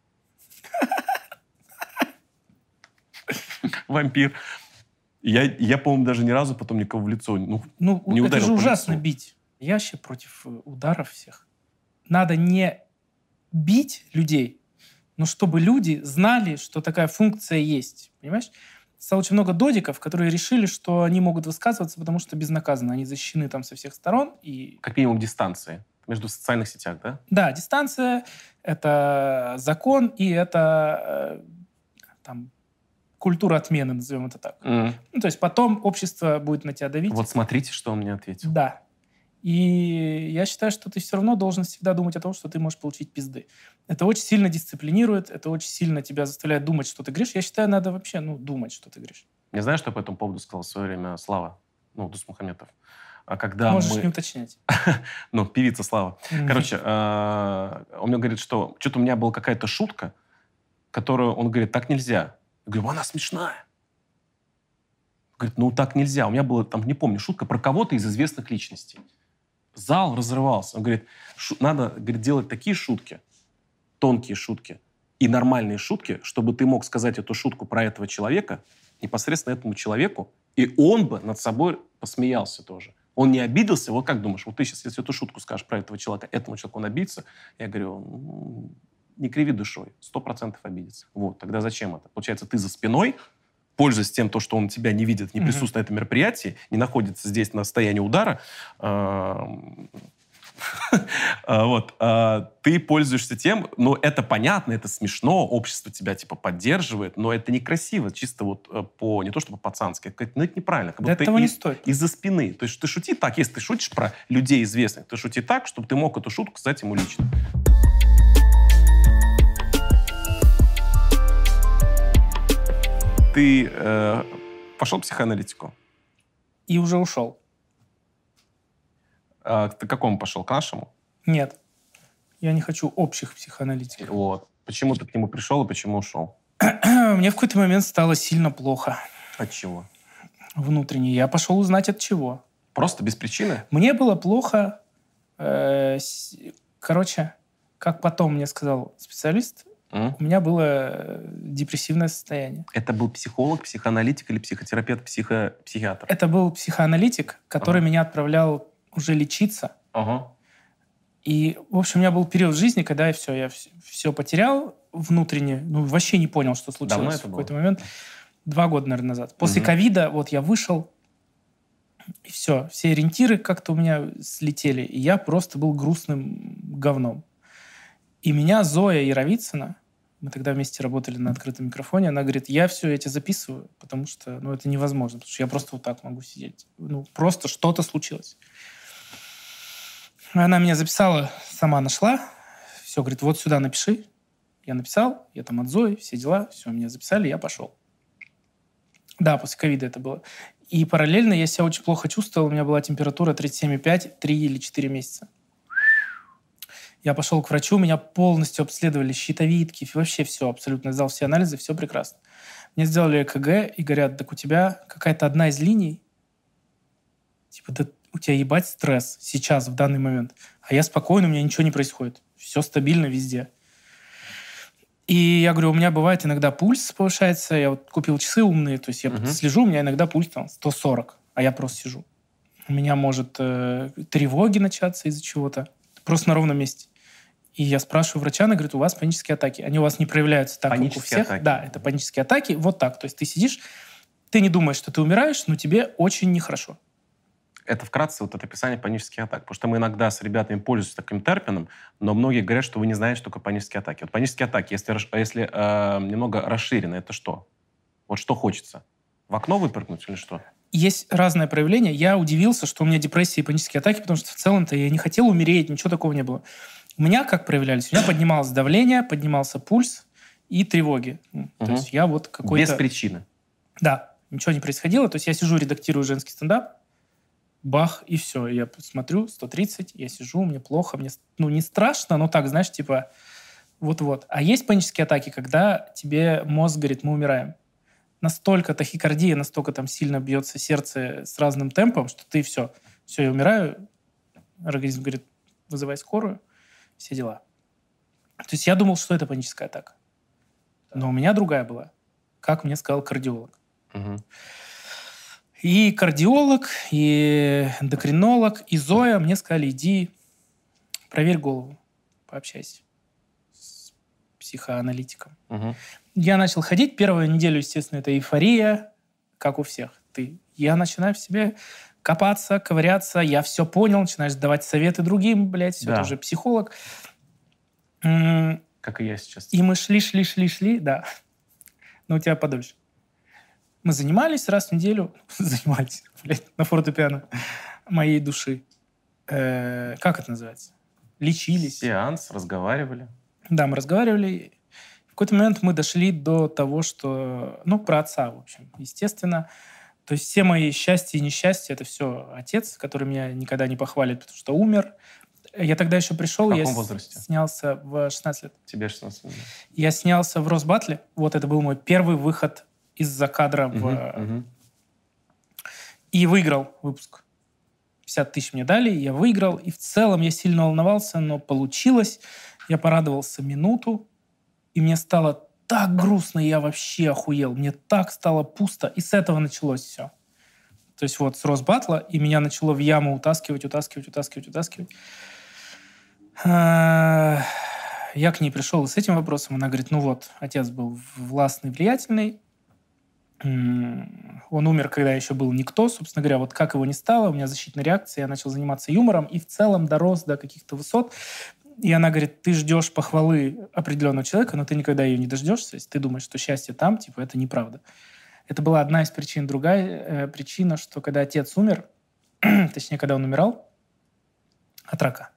[SPEAKER 2] Вампир. Я, я, по-моему, даже ни разу потом никого в лицо ну,
[SPEAKER 1] ну,
[SPEAKER 2] не ударил.
[SPEAKER 1] Это же ужасно
[SPEAKER 2] лицу.
[SPEAKER 1] Бить. Я вообще против ударов всех. Надо не бить людей, но чтобы люди знали, что такая функция есть. Понимаешь? Стало очень много додиков, которые решили, что они могут высказываться, потому что безнаказанно. Они защищены там со всех сторон. И...
[SPEAKER 2] Как минимум дистанции. Между в социальных сетях, да?
[SPEAKER 1] Да, дистанция — это закон, и это э, там, культура отмены, назовем это так.
[SPEAKER 2] Mm.
[SPEAKER 1] Ну, то есть потом общество будет на тебя давить.
[SPEAKER 2] Вот смотрите, что он мне ответил.
[SPEAKER 1] Да. И я считаю, что ты все равно должен всегда думать о том, что ты можешь получить пизды. Это очень сильно дисциплинирует, это очень сильно тебя заставляет думать, что ты говоришь. Я считаю, надо вообще ну, думать, что ты говоришь.
[SPEAKER 2] Не знаешь, что по этому поводу сказал в свое время Слава? Ну, Дусмухаметов. А когда
[SPEAKER 1] Можешь
[SPEAKER 2] мы...
[SPEAKER 1] не уточнять.
[SPEAKER 2] Ну, певица Слава. Короче, он мне говорит, что что-то у меня была какая-то шутка, которую он говорит, так нельзя. Я говорю, она смешная. Говорит, ну так нельзя. У меня была, там, не помню, шутка про кого-то из известных личностей. Зал разрывался. Он говорит, надо говорит, делать такие шутки, тонкие шутки и нормальные шутки, чтобы ты мог сказать эту шутку про этого человека непосредственно этому человеку, и он бы над собой посмеялся тоже. Он не обиделся. Вот как думаешь, вот ты сейчас, если эту шутку скажешь про этого человека, этому человеку он обидится? Я говорю, не криви душой, сто процентов обидится. Вот, тогда зачем это? Получается, ты за спиной, пользуясь тем, то, что он тебя не видит, не присутствует на этом мероприятии, не находится здесь на состоянии удара, вот, ты пользуешься тем, ну, это понятно, это смешно, общество тебя, типа, поддерживает, но это некрасиво, чисто вот по, не то чтобы по-пацански, ну, это неправильно. Как
[SPEAKER 1] будто этого не стоит.
[SPEAKER 2] Из-за спины. То есть ты шути так, если ты шутишь про людей известных, ты шути так, чтобы ты мог эту шутку сказать ему лично. Ты э, пошел в психоаналитику?
[SPEAKER 1] И уже ушел.
[SPEAKER 2] А ты к какому пошел? К нашему?
[SPEAKER 1] Нет. Я не хочу общих психоаналитиков.
[SPEAKER 2] Вот. Почему ты к нему пришел и почему ушел?
[SPEAKER 1] Мне в какой-то момент стало сильно плохо.
[SPEAKER 2] От чего?
[SPEAKER 1] Внутренне. Я пошел узнать от чего.
[SPEAKER 2] Просто без причины?
[SPEAKER 1] Мне было плохо. Э, с... Короче, как потом мне сказал специалист, Mm. у меня было депрессивное состояние.
[SPEAKER 2] Это был психолог, психоаналитик или психотерапевт, психо... психиатр?
[SPEAKER 1] Это был психоаналитик, который uh-huh. меня отправлял уже лечиться.
[SPEAKER 2] Uh-huh.
[SPEAKER 1] И, в общем, у меня был период в жизни, когда я все, я все, все потерял внутренне, ну, вообще не понял, что случилось.
[SPEAKER 2] Давно это
[SPEAKER 1] в какой-то
[SPEAKER 2] было?
[SPEAKER 1] момент. Два года, наверное, назад. После ковида uh-huh. вот я вышел, и все, все ориентиры как-то у меня слетели, и я просто был грустным говном. И меня Зоя Яровицына, мы тогда вместе работали на открытом микрофоне, она говорит, я все эти записываю, потому что ну, это невозможно, потому что я просто вот так могу сидеть. Ну, просто что-то случилось. Она меня записала, сама нашла, все, говорит, вот сюда напиши. Я написал, я там от Зои, все дела, все, меня записали, я пошел. Да, после ковида это было. И параллельно я себя очень плохо чувствовал, у меня была температура тридцать семь и пять, три или четыре месяца. Я пошел к врачу, меня полностью обследовали, щитовидки, вообще все абсолютно, сдал все анализы, все прекрасно. Мне сделали ЭКГ и говорят, так у тебя какая-то одна из линий, типа, да у тебя ебать стресс сейчас, в данный момент. А я спокойно, у меня ничего не происходит. Все стабильно везде. И я говорю, у меня бывает иногда пульс повышается, я вот купил часы умные, то есть я uh-huh. слежу, у меня иногда пульс там сто сорок, а я просто сижу. У меня может э, тревоги начаться из-за чего-то, просто на ровном месте. И я спрашиваю врача, она говорит, у вас панические атаки. Они у вас не проявляются так, как у всех. Атаки. Да, это панические атаки, вот так. То есть ты сидишь, ты не думаешь, что ты умираешь, но тебе очень нехорошо.
[SPEAKER 2] Это вкратце вот это описание панических атак. Потому что мы иногда с ребятами пользуемся таким термином, но многие говорят, что вы не знаете, что такое панические атаки. Вот панические атаки, если, если э, немного расширено, это что? Вот что хочется? В окно выпрыгнуть или что?
[SPEAKER 1] Есть разное проявление. Я удивился, что у меня депрессия и панические атаки, потому что в целом-то я не хотел умереть, ничего такого не было. У меня как проявлялись? У меня поднималось давление, поднимался пульс и тревоги. Угу. То есть я вот какой-то...
[SPEAKER 2] Без причины?
[SPEAKER 1] Да, ничего не происходило. То есть я сижу, редактирую женский стендап, бах, и все. Я смотрю, сто тридцать, я сижу, мне плохо, мне ну, не страшно, но так, знаешь, типа вот-вот. А есть панические атаки, когда тебе мозг говорит, мы умираем. Настолько тахикардия, настолько там сильно бьется сердце с разным темпом, что ты все, все, я умираю. Организм говорит, вызывай скорую, все дела. То есть я думал, что это паническая атака. Но у меня другая была, как мне сказал кардиолог.
[SPEAKER 2] Угу.
[SPEAKER 1] И кардиолог, и эндокринолог, и Зоя мне сказали, иди, проверь голову, пообщайся с психоаналитиком.
[SPEAKER 2] Угу.
[SPEAKER 1] Я начал ходить. Первую неделю, естественно, это эйфория, как у всех. Ты, я начинаю в себе копаться, ковыряться, я все понял, начинаешь давать советы другим, блядь, все, да. Это уже психолог.
[SPEAKER 2] Как и я сейчас.
[SPEAKER 1] И мы шли, шли, шли, шли, да. Но у тебя подольше. Мы занимались раз в неделю, занимались, блядь, на фортепиано моей души. Э, как это называется? Лечились.
[SPEAKER 2] Сеанс, разговаривали.
[SPEAKER 1] Да, мы разговаривали. В какой-то момент мы дошли до того, что... Ну, про отца, в общем, естественно. То есть все мои счастья и несчастья — это все отец, который меня никогда не похвалит, потому что умер. Я тогда еще пришел,
[SPEAKER 2] в каком
[SPEAKER 1] я
[SPEAKER 2] возрасте?
[SPEAKER 1] снялся в шестнадцать лет.
[SPEAKER 2] Тебе шестнадцать лет, да.
[SPEAKER 1] Я снялся в Росбатле. Вот это был мой первый выход из-за кадра в...
[SPEAKER 2] Uh-huh, uh-huh.
[SPEAKER 1] И выиграл выпуск. пятьдесят тысяч мне дали, я выиграл. И в целом я сильно волновался, но получилось. Я порадовался минуту. И мне стало так грустно, я вообще охуел. Мне так стало пусто. И с этого началось все. То есть вот с Росбатла, и меня начало в яму утаскивать, утаскивать, утаскивать, утаскивать. Я к ней пришел с этим вопросом. Она говорит, ну вот, отец был властный, влиятельный. Он умер, когда я еще был никто. Собственно говоря, вот как его не стало, у меня защитная реакция, я начал заниматься юмором и в целом дорос до каких-то высот. И она говорит, ты ждешь похвалы определенного человека, но ты никогда ее не дождешься. Если ты думаешь, что счастье там, типа, это неправда. Это была одна из причин. Другая э, причина, что когда отец умер, точнее, когда он умирал от рака,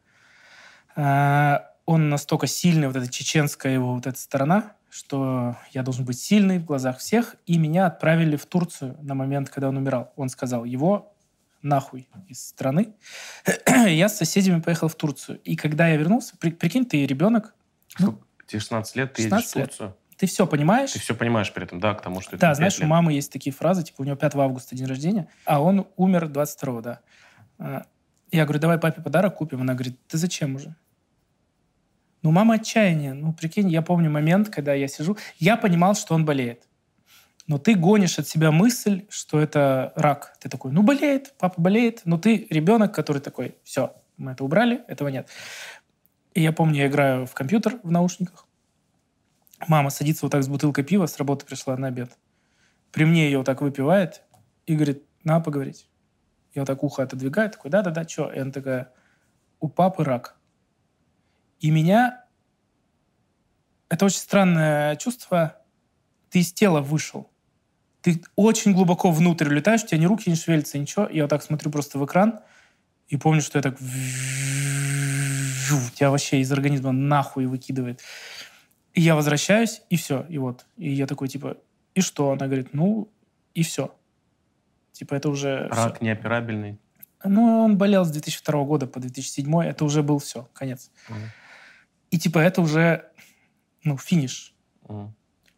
[SPEAKER 1] э, он настолько сильный, вот эта чеченская его вот эта сторона, что я должен быть сильный в глазах всех, и меня отправили в Турцию на момент, когда он умирал. Он сказал, его нахуй из страны. Я с соседями поехал в Турцию. И когда я вернулся, при, прикинь, ты ребенок.
[SPEAKER 2] Ну, тебе шестнадцать лет, ты едешь в Турцию.
[SPEAKER 1] Лет. Ты все понимаешь.
[SPEAKER 2] Ты все понимаешь при этом, да, к тому, что это
[SPEAKER 1] да, знаешь,
[SPEAKER 2] лет.
[SPEAKER 1] У мамы есть такие фразы, типа, у него пятого августа день рождения, а он умер двадцать второго, да. Я говорю, давай папе подарок купим. Она говорит, ты зачем уже? Ну, мама отчаяние. Ну, прикинь, я помню момент, когда я сижу, я понимал, что он болеет. Но ты гонишь от себя мысль, что это рак. Ты такой, ну, болеет, папа болеет. Но ты ребенок, который такой, все, мы это убрали, этого нет. И я помню, я играю в компьютер в наушниках. Мама садится вот так с бутылкой пива, с работы пришла на обед. При мне ее вот так выпивает и говорит, надо поговорить. Я вот так ухо отодвигаю, такой, да-да-да, что? И она такая, у папы рак. И меня... Это очень странное чувство. Ты из тела вышел. Ты очень глубоко внутрь улетаешь, у тебя ни руки не шевелятся, ничего. Я вот так смотрю просто в экран и помню, что я так... Тебя вообще из организма нахуй выкидывает. И я возвращаюсь, и все, и вот. И я такой, типа, и что? Она говорит, ну, и все. Типа, это уже...
[SPEAKER 2] Рак
[SPEAKER 1] всё.
[SPEAKER 2] неоперабельный.
[SPEAKER 1] Ну, он болел с две тысячи второго года по две тысячи седьмой, это уже был все, конец.
[SPEAKER 2] Мгм.
[SPEAKER 1] И типа, это уже, ну, финиш.
[SPEAKER 2] Мгм.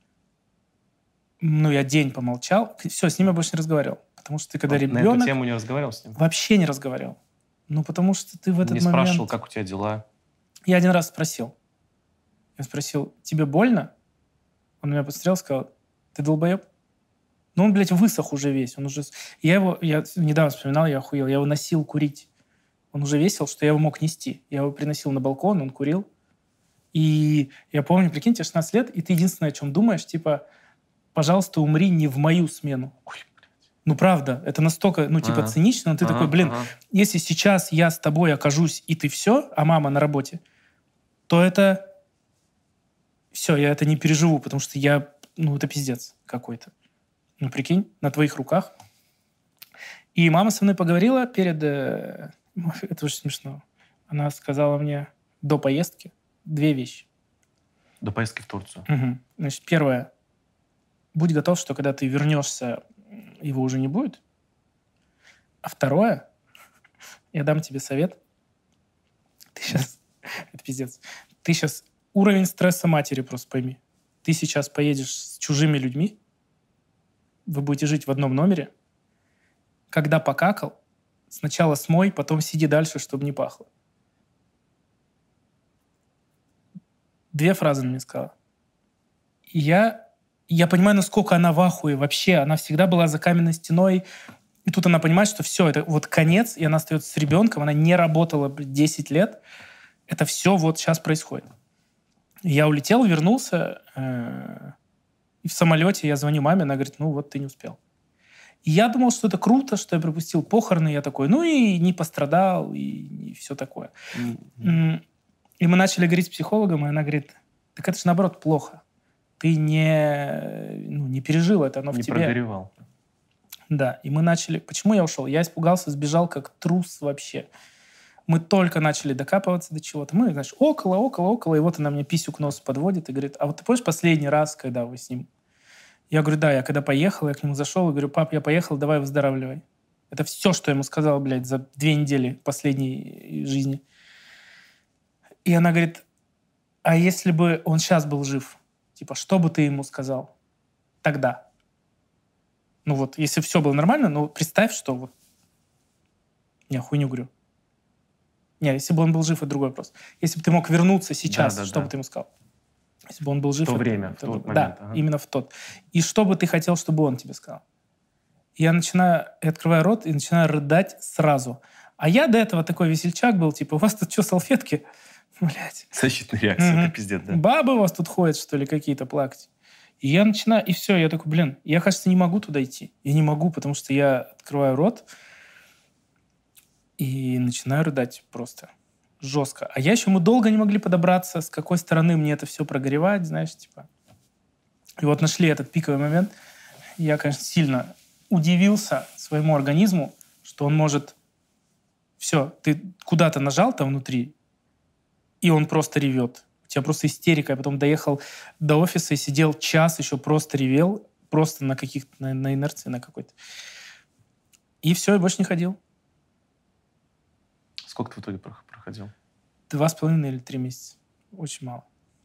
[SPEAKER 1] Ну, я день помолчал, все, с ним я больше не разговаривал. Потому что ты, когда
[SPEAKER 2] Вот На эту
[SPEAKER 1] ребенок,
[SPEAKER 2] тему не разговаривал с ним?
[SPEAKER 1] вообще не разговаривал. Ну, потому что ты в этот
[SPEAKER 2] Не
[SPEAKER 1] момент...
[SPEAKER 2] спрашивал, как у тебя дела?
[SPEAKER 1] Я один раз спросил. Я спросил, тебе больно? Он меня посмотрел, сказал, ты долбоеб? Ну, он, блядь, высох уже весь. Он уже... Я его, я недавно вспоминал, я охуел. Я его носил курить. Он уже весил, что я его мог нести. Я его приносил на балкон, он курил. И я помню, прикинь, тебе шестнадцать лет, и ты единственное, о чем думаешь, типа, пожалуйста, умри не в мою смену.
[SPEAKER 2] Ой,
[SPEAKER 1] Ну, правда, это настолько, ну, типа,
[SPEAKER 2] Ага.
[SPEAKER 1] цинично, но ты
[SPEAKER 2] Ага,
[SPEAKER 1] такой, блин,
[SPEAKER 2] ага.
[SPEAKER 1] если сейчас я с тобой окажусь, и ты все, а мама на работе, то это... Все, я это не переживу, потому что я... Ну, это пиздец какой-то. Ну, прикинь, на твоих руках. И мама со мной поговорила перед... э, Это очень смешно. Она сказала мне до поездки две вещи.
[SPEAKER 2] До поездки в Турцию.
[SPEAKER 1] Мгм. Значит, первое. Будь готов, что когда ты вернешься, его уже не будет. А второе. Я дам тебе совет. Ты сейчас... Это пиздец. Ты сейчас... Уровень стресса матери просто пойми. Ты сейчас поедешь с чужими людьми. Вы будете жить в одном номере. Когда покакал, сначала смой, потом сиди дальше, чтобы не пахло. Две фразы она мне сказала. И я, я понимаю, насколько она в ахуе вообще. Она всегда была за каменной стеной. И тут она понимает, что все, это вот конец, и она остается с ребенком. Она не работала блядь, десять лет. Это все вот сейчас происходит. Я улетел, вернулся, э, и в самолете я звоню маме, она говорит, ну вот ты не успел. И я думал, что это круто, что я пропустил похороны. Я такой, ну и не пострадал, и, и все такое.
[SPEAKER 2] Мгм.
[SPEAKER 1] И мы начали говорить с психологом, и она говорит, так это же наоборот плохо. Ты не, ну, не пережил это, оно
[SPEAKER 2] Не
[SPEAKER 1] в тебе.
[SPEAKER 2] прогоревал.
[SPEAKER 1] Да, и мы начали... Почему я ушел? Я испугался, сбежал как трус вообще. Мы только начали докапываться до чего-то. Мы, знаешь, около, около, около, и вот она мне писю к носу подводит и говорит, а вот ты помнишь последний раз, когда вы с ним... Я говорю, да, я когда поехал, я к нему зашел и говорю, пап, я поехал, давай выздоравливай. Это все, что я ему сказал, блядь, за две недели последней жизни. И она говорит, а если бы он сейчас был жив, типа, что бы ты ему сказал тогда? Ну вот, если все было нормально, ну представь, что вот... Не, хуйню говорю. Не, если бы он был жив, это другой вопрос. Если бы ты мог вернуться сейчас,
[SPEAKER 2] Да, да,
[SPEAKER 1] что
[SPEAKER 2] да.
[SPEAKER 1] бы ты ему сказал? Если бы он был жив...
[SPEAKER 2] В то
[SPEAKER 1] это-
[SPEAKER 2] время,
[SPEAKER 1] это
[SPEAKER 2] в тот
[SPEAKER 1] друг-
[SPEAKER 2] момент,
[SPEAKER 1] Да,
[SPEAKER 2] ага.
[SPEAKER 1] именно в тот. И что бы ты хотел, чтобы он тебе сказал? И я начинаю, я открываю рот и начинаю рыдать сразу. А я до этого такой весельчак был, типа, у вас тут что, салфетки? Блять.
[SPEAKER 2] Защитная реакция,
[SPEAKER 1] Мгм.
[SPEAKER 2] это пиздец, да?
[SPEAKER 1] Бабы у вас тут ходят, что ли, какие-то плакать? И я начинаю, и все, я такой, блин, я, кажется, не могу туда идти. Я не могу, потому что я открываю рот и начинаю рыдать просто жестко. А я еще, мы долго не могли подобраться, с какой стороны мне это все прогоревать, знаешь, типа. И вот нашли этот пиковый момент. Я, конечно, сильно удивился своему организму, что он может... Все, ты куда-то нажал там внутри, и он просто ревет. У тебя просто истерика. Я потом доехал до офиса и сидел час, еще просто ревел, просто на каких-то, на, на инерции на какой-то. И все, и больше не ходил.
[SPEAKER 2] Сколько ты в итоге прох- проходил?
[SPEAKER 1] Два с половиной или три месяца. Очень мало.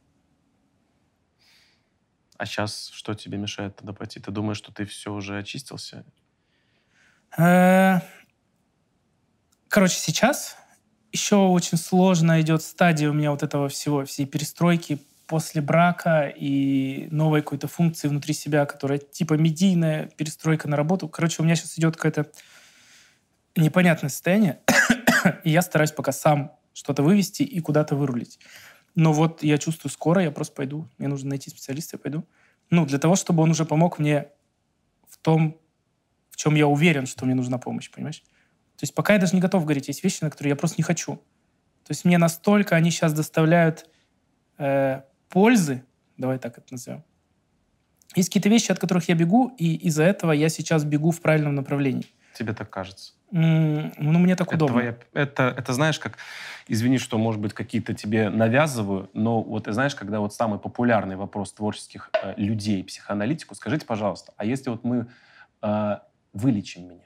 [SPEAKER 2] А сейчас что тебе мешает туда пойти? Ты думаешь, что ты все уже очистился?
[SPEAKER 1] Э, Короче, сейчас еще очень сложно идет стадия у меня вот этого всего, всей перестройки после брака и новой какой-то функции внутри себя, которая типа медийная перестройка на работу. Короче, у меня сейчас идет какое-то непонятное состояние, и я стараюсь пока сам что-то вывести и куда-то вырулить. Но вот я чувствую, скоро я просто пойду. Мне нужно найти специалиста, я пойду. Ну, для того, чтобы он уже помог мне в том, в чем я уверен, что мне нужна помощь, понимаешь? То есть пока я даже не готов говорить, есть вещи, на которые я просто не хочу. То есть мне настолько они сейчас доставляют э, пользы, давай так это назовем. Есть какие-то вещи, от которых я бегу, и из-за этого я сейчас бегу в правильном направлении.
[SPEAKER 2] тебе так кажется?
[SPEAKER 1] М, Ну, мне так
[SPEAKER 2] Это,
[SPEAKER 1] удобно.
[SPEAKER 2] твоя- это, это знаешь, как, извини, что, может быть, какие-то тебе навязываю, но вот ты знаешь, когда вот самый популярный вопрос творческих э, людей, психоаналитику, скажите, пожалуйста, а если вот мы э, вылечим меня,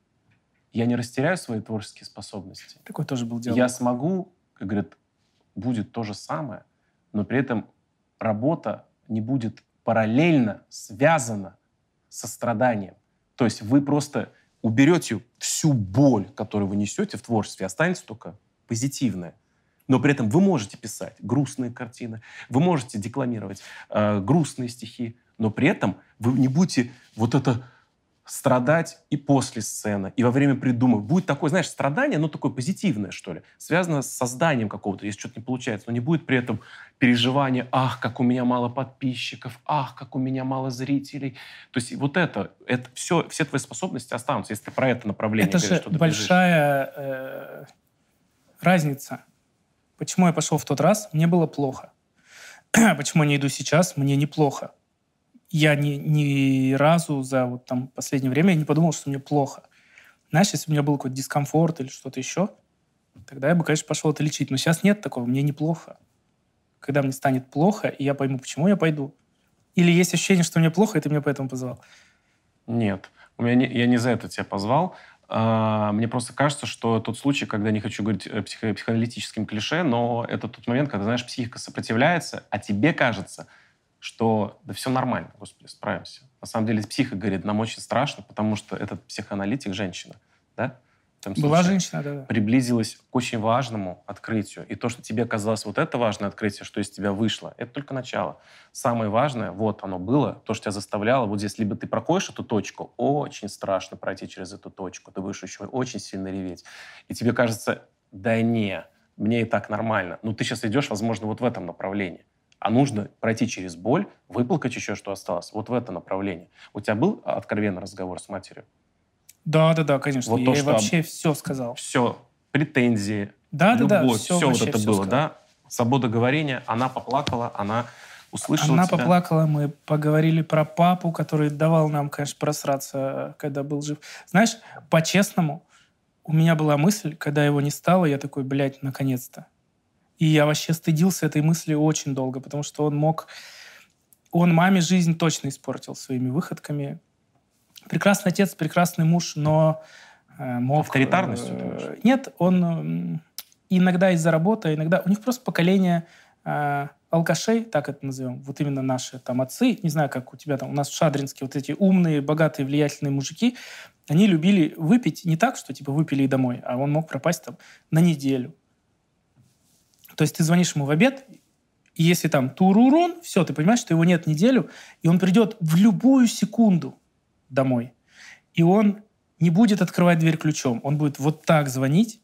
[SPEAKER 2] я не растеряю свои творческие способности?
[SPEAKER 1] Такой тоже был
[SPEAKER 2] Я
[SPEAKER 1] диалог.
[SPEAKER 2] смогу, как говорят, будет то же самое, но при этом работа не будет параллельно связана со страданием. То есть вы просто уберете всю боль, которую вы несете в творчестве, останется только позитивное. Но при этом вы можете писать грустные картины, вы можете декламировать э, грустные стихи, но при этом вы не будете вот это страдать и после сцены, и во время придумывания. Будет такое, знаешь, страдание, но такое позитивное, что ли, связано с созданием какого-то, если что-то не получается, но не будет при этом переживания, ах, как у меня мало подписчиков, ах, как у меня мало зрителей. То есть вот это, это все, все твои способности останутся, если ты про это направление
[SPEAKER 1] Это
[SPEAKER 2] говоришь,
[SPEAKER 1] же
[SPEAKER 2] что ты бежишь.
[SPEAKER 1] большая э, разница. Почему я пошел в тот раз? Мне было плохо. Почему я не иду сейчас? Мне неплохо. Я ни, ни разу за вот там последнее время не подумал, что мне плохо. Знаешь, если бы у меня был какой-то дискомфорт или что-то еще, тогда я бы, конечно, пошел это лечить. Но сейчас нет такого, мне неплохо. Когда мне станет плохо, и я пойму, почему я пойду. Или есть ощущение, что мне плохо, и ты меня поэтому позвал.
[SPEAKER 2] Нет, у меня не, я не за это тебя позвал. А, мне просто кажется, что тот случай, когда не хочу говорить э, психо- психоаналитическим клише, но это тот момент, когда, знаешь, психика сопротивляется, а тебе кажется, что да все нормально, господи, справимся. На самом деле психика говорит, нам очень страшно, потому что этот психоаналитик женщина, да? В этом
[SPEAKER 1] Была
[SPEAKER 2] случае
[SPEAKER 1] женщина, да-да.
[SPEAKER 2] приблизилась к очень важному открытию. И то, что тебе казалось вот это важное открытие, что из тебя вышло, это только начало. Самое важное, вот оно было, то, что тебя заставляло, вот здесь либо ты проходишь эту точку, очень страшно пройти через эту точку, ты будешь еще очень сильно реветь. И тебе кажется, да не, мне и так нормально. Но ты сейчас идешь, возможно, вот в этом направлении. А нужно пройти через боль, выплакать еще, что осталось, вот в это направление. У тебя был откровенный разговор с матерью?
[SPEAKER 1] Да-да-да, конечно.
[SPEAKER 2] Вот
[SPEAKER 1] я
[SPEAKER 2] то,
[SPEAKER 1] ей
[SPEAKER 2] что
[SPEAKER 1] вообще все сказал.
[SPEAKER 2] Все, претензии,
[SPEAKER 1] Да-да-да,
[SPEAKER 2] любовь,
[SPEAKER 1] все,
[SPEAKER 2] все вот
[SPEAKER 1] вообще
[SPEAKER 2] это
[SPEAKER 1] все
[SPEAKER 2] было,
[SPEAKER 1] сказал.
[SPEAKER 2] да? Свобода говорения, она поплакала, она услышала
[SPEAKER 1] Она
[SPEAKER 2] тебя.
[SPEAKER 1] поплакала, мы поговорили про папу, который давал нам, конечно, просраться, когда был жив. Знаешь, по-честному, у меня была мысль, когда его не стало, я такой, блядь, наконец-то. И я вообще стыдился этой мысли очень долго, потому что он мог... Он маме жизнь точно испортил своими выходками. Прекрасный отец, прекрасный муж, но э, мог...
[SPEAKER 2] Авторитарностью,
[SPEAKER 1] э,
[SPEAKER 2] ты думаешь?
[SPEAKER 1] Нет, он м, иногда из-за работы, иногда... У них просто поколение э, алкашей, так это назовем, вот именно наши там отцы, не знаю, как у тебя там, у нас в Шадринске вот эти умные, богатые, влиятельные мужики, они любили выпить не так, что типа выпили и домой, а он мог пропасть там на неделю. То есть ты звонишь ему в обед, и если там турурун, все, ты понимаешь, что его нет неделю, и он придет в любую секунду домой. И он не будет открывать дверь ключом. Он будет вот так звонить.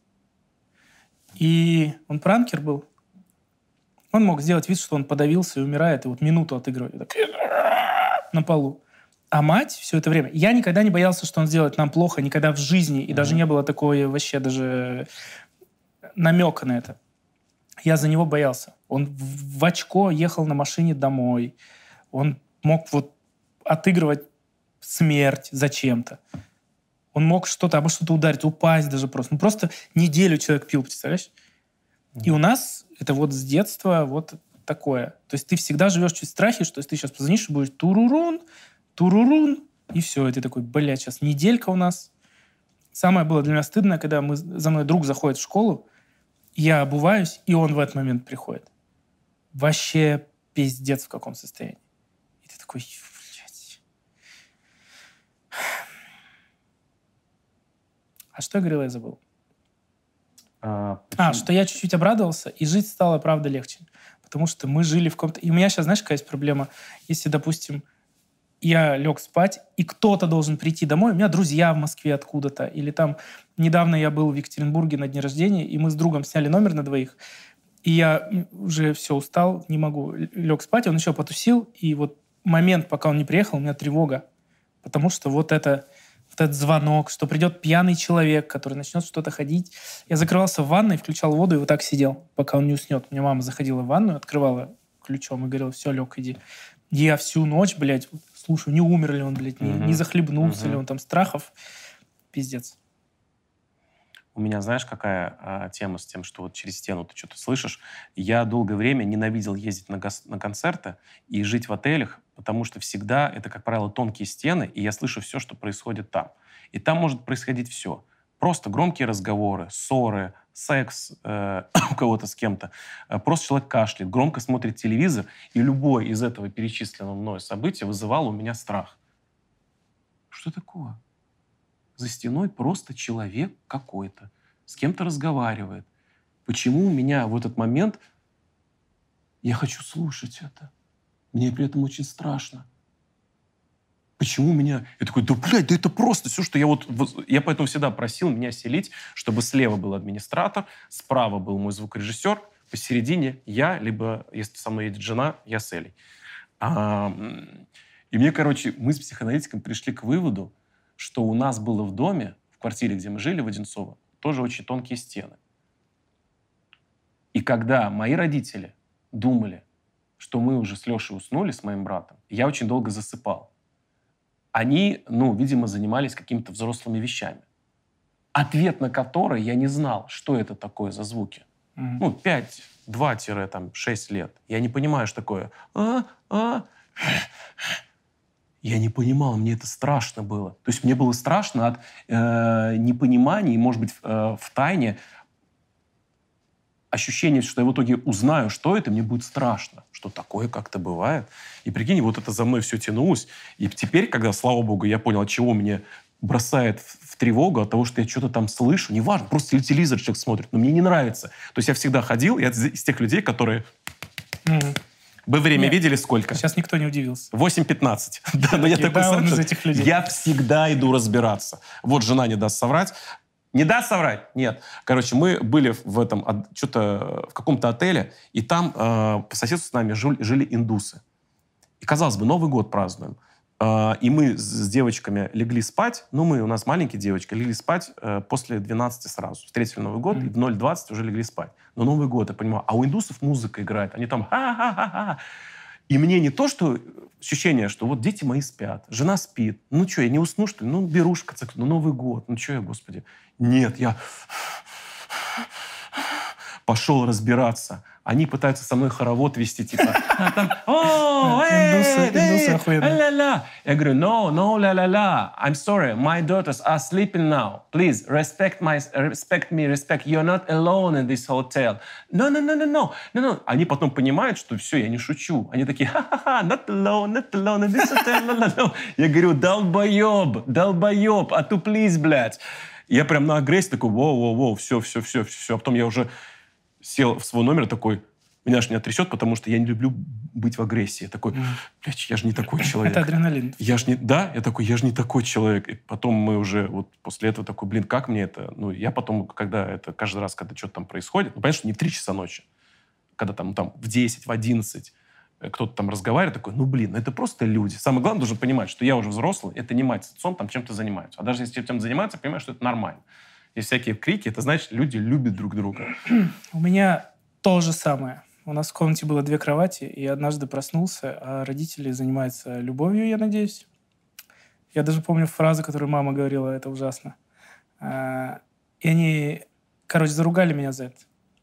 [SPEAKER 1] И он пранкер был. Он мог сделать вид, что он подавился и умирает, и вот минуту отыгрывает так, на полу. А мать все это время... Я никогда не боялся, что он сделает нам плохо, никогда в жизни. И mm-hmm. даже не было такой вообще даже намека на это. Я за него боялся. Он в, в очко ехал на машине домой. Он мог вот отыгрывать смерть зачем-то. Он мог что-то, обо что-то ударить, упасть даже просто. Ну, просто неделю человек пил, представляешь? Mm-hmm. И у нас это вот с детства вот такое. То есть ты всегда живешь чуть в страхе, что если ты сейчас позвонишь, и будешь турурун, турурун, и все. И ты такой, блядь, сейчас неделька у нас. Самое было для меня стыдное, когда мы, за мной друг заходит в школу, я обуваюсь, и он в этот момент приходит. Вообще пиздец в каком состоянии. И ты такой, блядь. А что я говорил, я забыл.
[SPEAKER 2] А,
[SPEAKER 1] а, что я чуть-чуть обрадовался, и жить стало, правда, легче. Потому что мы жили в каком-то... И у меня сейчас, знаешь, какая есть проблема? Если, допустим, я лег спать, и кто-то должен прийти домой. У меня друзья в Москве откуда-то. Или там недавно я был в Екатеринбурге на дне рождения, и мы с другом сняли номер на двоих. И я уже все устал, не могу. Лег спать, он еще потусил. И вот момент, пока он не приехал, у меня тревога. Потому что вот, это, вот этот звонок, что придет пьяный человек, который начнет что-то ходить. Я закрывался в ванной, включал воду и вот так сидел, пока он не уснет. У меня мама заходила в ванную, открывала ключом и говорила, все, лег, иди. И я всю ночь, блядь, слушаю, не умер ли он, блядь, не, mm-hmm. не захлебнулся mm-hmm. ли он там страхов. пиздец.
[SPEAKER 2] У меня, знаешь, какая а, тема с тем, что вот через стену ты что-то слышишь? Я долгое время ненавидел ездить на, гас- на концерты и жить в отелях, потому что всегда это, как правило, тонкие стены, и я слышу все, что происходит там. И там может происходить все. Просто громкие разговоры, ссоры, секс э, у кого-то с кем-то. Э, Просто человек кашляет, громко смотрит телевизор, и любое из этого перечисленного мною события вызывало у меня страх. Что такое? За стеной просто человек какой-то, с кем-то разговаривает. Почему у меня в этот момент я хочу слушать это? Мне при этом очень страшно. Почему у меня... Я такой, да, блядь, да это просто все, что я вот... вот- Я поэтому всегда просил меня селить, чтобы слева был администратор, справа был мой звукорежиссер, посередине я, либо, если со мной едет жена, я с Элей. А, м, и мне, короче, мы с психоаналитиком пришли к выводу, что у нас было в доме, в квартире, где мы жили, в Одинцово, тоже очень тонкие стены. И когда мои родители думали, что мы уже с Лешей уснули, с моим братом, я очень долго засыпал. Они, ну, видимо, занимались какими-то взрослыми вещами. Ответ на который я не знал, что это такое за звуки.
[SPEAKER 1] Мгм.
[SPEAKER 2] Ну, пять, два-шесть лет. Я не понимаю, что такое. А, а. Я не понимал, мне это страшно было. То есть мне было страшно от э, непонимания, и, может быть, в, в тайне ощущение, что я в итоге узнаю, что это, мне будет страшно, что такое как-то бывает. И прикинь, вот это за мной все тянулось. И теперь, когда, слава богу, я понял, от чего меня бросает в, в тревогу, от того, что я что-то там слышу, неважно, просто телевизор человек смотрит, но мне не нравится. То есть я всегда ходил, я из, из тех людей, которые...
[SPEAKER 1] Мгм.
[SPEAKER 2] Вы время
[SPEAKER 1] Нет.
[SPEAKER 2] видели сколько?
[SPEAKER 1] Сейчас никто не удивился.
[SPEAKER 2] восемь пятнадцать. Да, но я
[SPEAKER 1] Такие,
[SPEAKER 2] такой
[SPEAKER 1] да, он
[SPEAKER 2] сам,
[SPEAKER 1] из
[SPEAKER 2] что
[SPEAKER 1] этих людей.
[SPEAKER 2] я всегда иду разбираться. Вот жена не даст соврать. Не даст соврать? Нет. Короче, мы были в этом, от- что-то в каком-то отеле, и там э, по соседству с нами жили, жили индусы. И, казалось бы, Новый год празднуем. Э, и мы с, с девочками легли спать. Ну, мы, у нас маленькие девочки, легли спать э, после двенадцати сразу. Встретили Новый год,
[SPEAKER 1] Мгм.
[SPEAKER 2] и в ноль двадцать уже легли спать. Но Новый год, я понимаю. А у индусов музыка играет. Они там ха-ха-ха-ха. И мне не то, что ощущение, что вот дети мои спят, жена спит. Ну что, я не усну, что ли? Ну, беру, в конце концов, ну, Новый год. Ну, что я, господи. Нет, я пошел разбираться. Они пытаются со мной хоровод вести, типа, а там, о,
[SPEAKER 1] Индусы-
[SPEAKER 2] эй,
[SPEAKER 1] индусы
[SPEAKER 2] эй,
[SPEAKER 1] охуенные.
[SPEAKER 2] ля-ля-ля. Я говорю, no, no, ля-ля-ля. I'm sorry, my daughters are sleeping now. Please, respect my, respect me, respect. You're not alone in this hotel. No, no, no, no, no, no, no. Они потом понимают, что все, я не шучу. Они такие, ха-ха-ха, not alone, not alone in this hotel. No, no, no. Я говорю, долбоеб, долбоеб, отуплись, блядь. Я прям на агрессии такой, воу-воу-воу, все, все, все, все. А потом я уже сел в свой номер такой, меня аж не трясет, потому что я не люблю быть в агрессии. Я такой, блядь, я же не такой человек.
[SPEAKER 1] Это адреналин.
[SPEAKER 2] Я ж не, да, я такой, я же не такой человек. И потом мы уже вот после этого такой, блин, как мне это? Ну, я потом, когда это, каждый раз, когда что-то там происходит, ну, понятно, что не в три часа ночи, когда там, там в десять, в одиннадцать э, кто-то там разговаривает, такой, ну, блин, ну, это просто люди. Самое главное, должен понимать, что я уже взрослый, это не мать с отцом там чем-то занимаются. А даже если чем-то занимаются, понимаю, что это нормально. Есть всякие крики, это значит, люди любят друг друга.
[SPEAKER 1] У меня то же самое. У нас в комнате было две кровати, и однажды проснулся, а родители занимаются любовью, я надеюсь. Я даже помню фразу, которую мама говорила, это ужасно. А, И они, короче, заругали меня за это.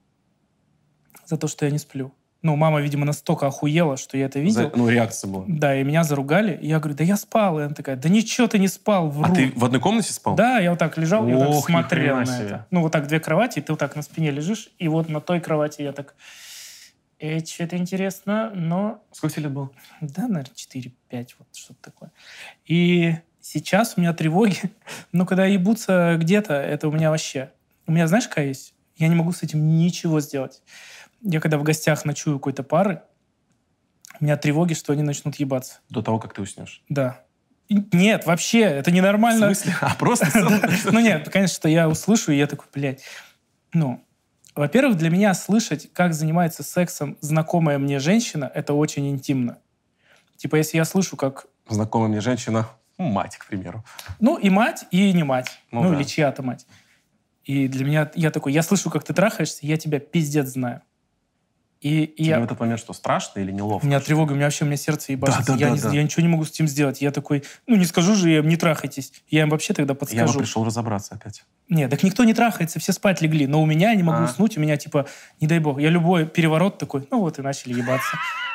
[SPEAKER 1] За то, что я не сплю. Ну, мама, видимо, настолько охуела, что я это видел.
[SPEAKER 2] За- ну, реакция была.
[SPEAKER 1] Да, и меня заругали. И я говорю, да я спал. И она такая, да ничего ты не спал, вру.
[SPEAKER 2] А ты в одной комнате спал?
[SPEAKER 1] Да, я вот так лежал, и вот так
[SPEAKER 2] Ох,
[SPEAKER 1] смотрел
[SPEAKER 2] ни
[SPEAKER 1] на
[SPEAKER 2] хрена себе.
[SPEAKER 1] это. Ну, вот так две кровати, и ты вот так на спине лежишь, и вот на той кровати я так... Э, что-то интересно, но...
[SPEAKER 2] Сколько тебе лет было?
[SPEAKER 1] Да, наверное, четыре-пять, вот что-то такое. И сейчас у меня тревоги. Но когда ебутся где-то, это у меня вообще... У меня, знаешь, какая есть? Я не могу с этим ничего сделать. Я когда в гостях ночую какой-то пары, у меня тревоги, что они начнут ебаться.
[SPEAKER 2] До того, как ты уснешь.
[SPEAKER 1] Да. И нет, вообще, это ненормально.
[SPEAKER 2] В смысле? А просто...
[SPEAKER 1] Ну нет, конечно, что я услышу, и я такой, блядь. Ну, во-первых, для меня слышать, как занимается сексом знакомая мне женщина, это очень интимно. Типа, если я слышу, как...
[SPEAKER 2] Знакомая мне женщина, мать, к примеру.
[SPEAKER 1] Ну, и мать, и не мать.
[SPEAKER 2] Ну
[SPEAKER 1] Ну,
[SPEAKER 2] да.
[SPEAKER 1] или чья-то мать. И для меня... Я такой, я слышу, как ты трахаешься, я тебя пиздец знаю. И, и
[SPEAKER 2] Тебе
[SPEAKER 1] я...
[SPEAKER 2] в этот момент что, страшно или неловко?
[SPEAKER 1] У меня тревога, у меня вообще у меня сердце ебашится.
[SPEAKER 2] Да, да,
[SPEAKER 1] я,
[SPEAKER 2] да,
[SPEAKER 1] не,
[SPEAKER 2] да.
[SPEAKER 1] я ничего не могу с этим сделать. Я такой, ну не скажу же, я им не трахайтесь. Я им вообще тогда подскажу.
[SPEAKER 2] Я бы пришел разобраться опять.
[SPEAKER 1] Нет, так никто не трахается, все спать легли. Но у меня я не могу
[SPEAKER 2] А.
[SPEAKER 1] уснуть, у меня типа, не дай бог, я любой переворот такой, ну вот и начали ебаться.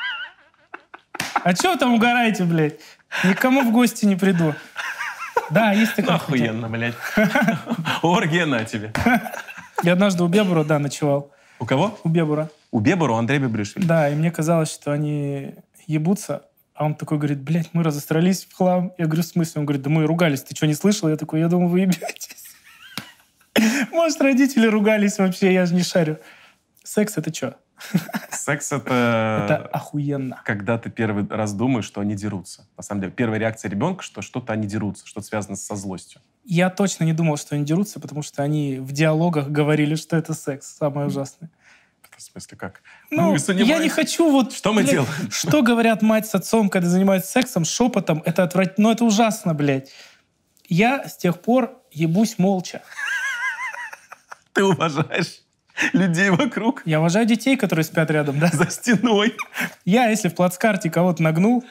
[SPEAKER 1] А чего вы там угораете, блядь? Никому в гости не приду. Да, есть такое.
[SPEAKER 2] Охуенно, блядь. Оргия на тебе.
[SPEAKER 1] Я однажды у Бебура, да, ночевал.
[SPEAKER 2] У кого?
[SPEAKER 1] У Бебура.
[SPEAKER 2] У Бебура, у Андрея Бебришвили.
[SPEAKER 1] Да, и мне казалось, что они ебутся. А он такой говорит, блядь, мы разосрались в хлам. Я говорю, в смысле? Он говорит, да мы ругались, ты что, не слышал? Я такой, я думал, вы ебетесь. Может, родители ругались вообще, я же не шарю. Секс — это что?
[SPEAKER 2] Секс — это...
[SPEAKER 1] Это охуенно.
[SPEAKER 2] Когда ты первый раз думаешь, что они дерутся. На самом деле, первая реакция ребенка, что что-то они дерутся, что-то связано со злостью.
[SPEAKER 1] Я точно не думал, что они дерутся, потому что они в диалогах говорили, что это секс. Самое ужасное.
[SPEAKER 2] В смысле, как?
[SPEAKER 1] Ну,
[SPEAKER 2] Мы занимаемся-
[SPEAKER 1] я не хочу вот...
[SPEAKER 2] Что мы
[SPEAKER 1] блядь,
[SPEAKER 2] делаем?
[SPEAKER 1] Что говорят мать с отцом, когда занимаются сексом, шепотом? Это отвратительно. Ну, это ужасно, блядь. Я с тех пор ебусь молча.
[SPEAKER 2] Ты уважаешь людей вокруг
[SPEAKER 1] Я уважаю детей, которые спят рядом, да?
[SPEAKER 2] за стеной.
[SPEAKER 1] Я, если в плацкарте кого-то нагнул,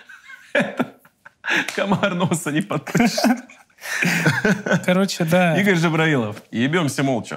[SPEAKER 2] Комар носа не подпишет.
[SPEAKER 1] короче, да.
[SPEAKER 2] Игорь Джабраилов. Ебемся молча.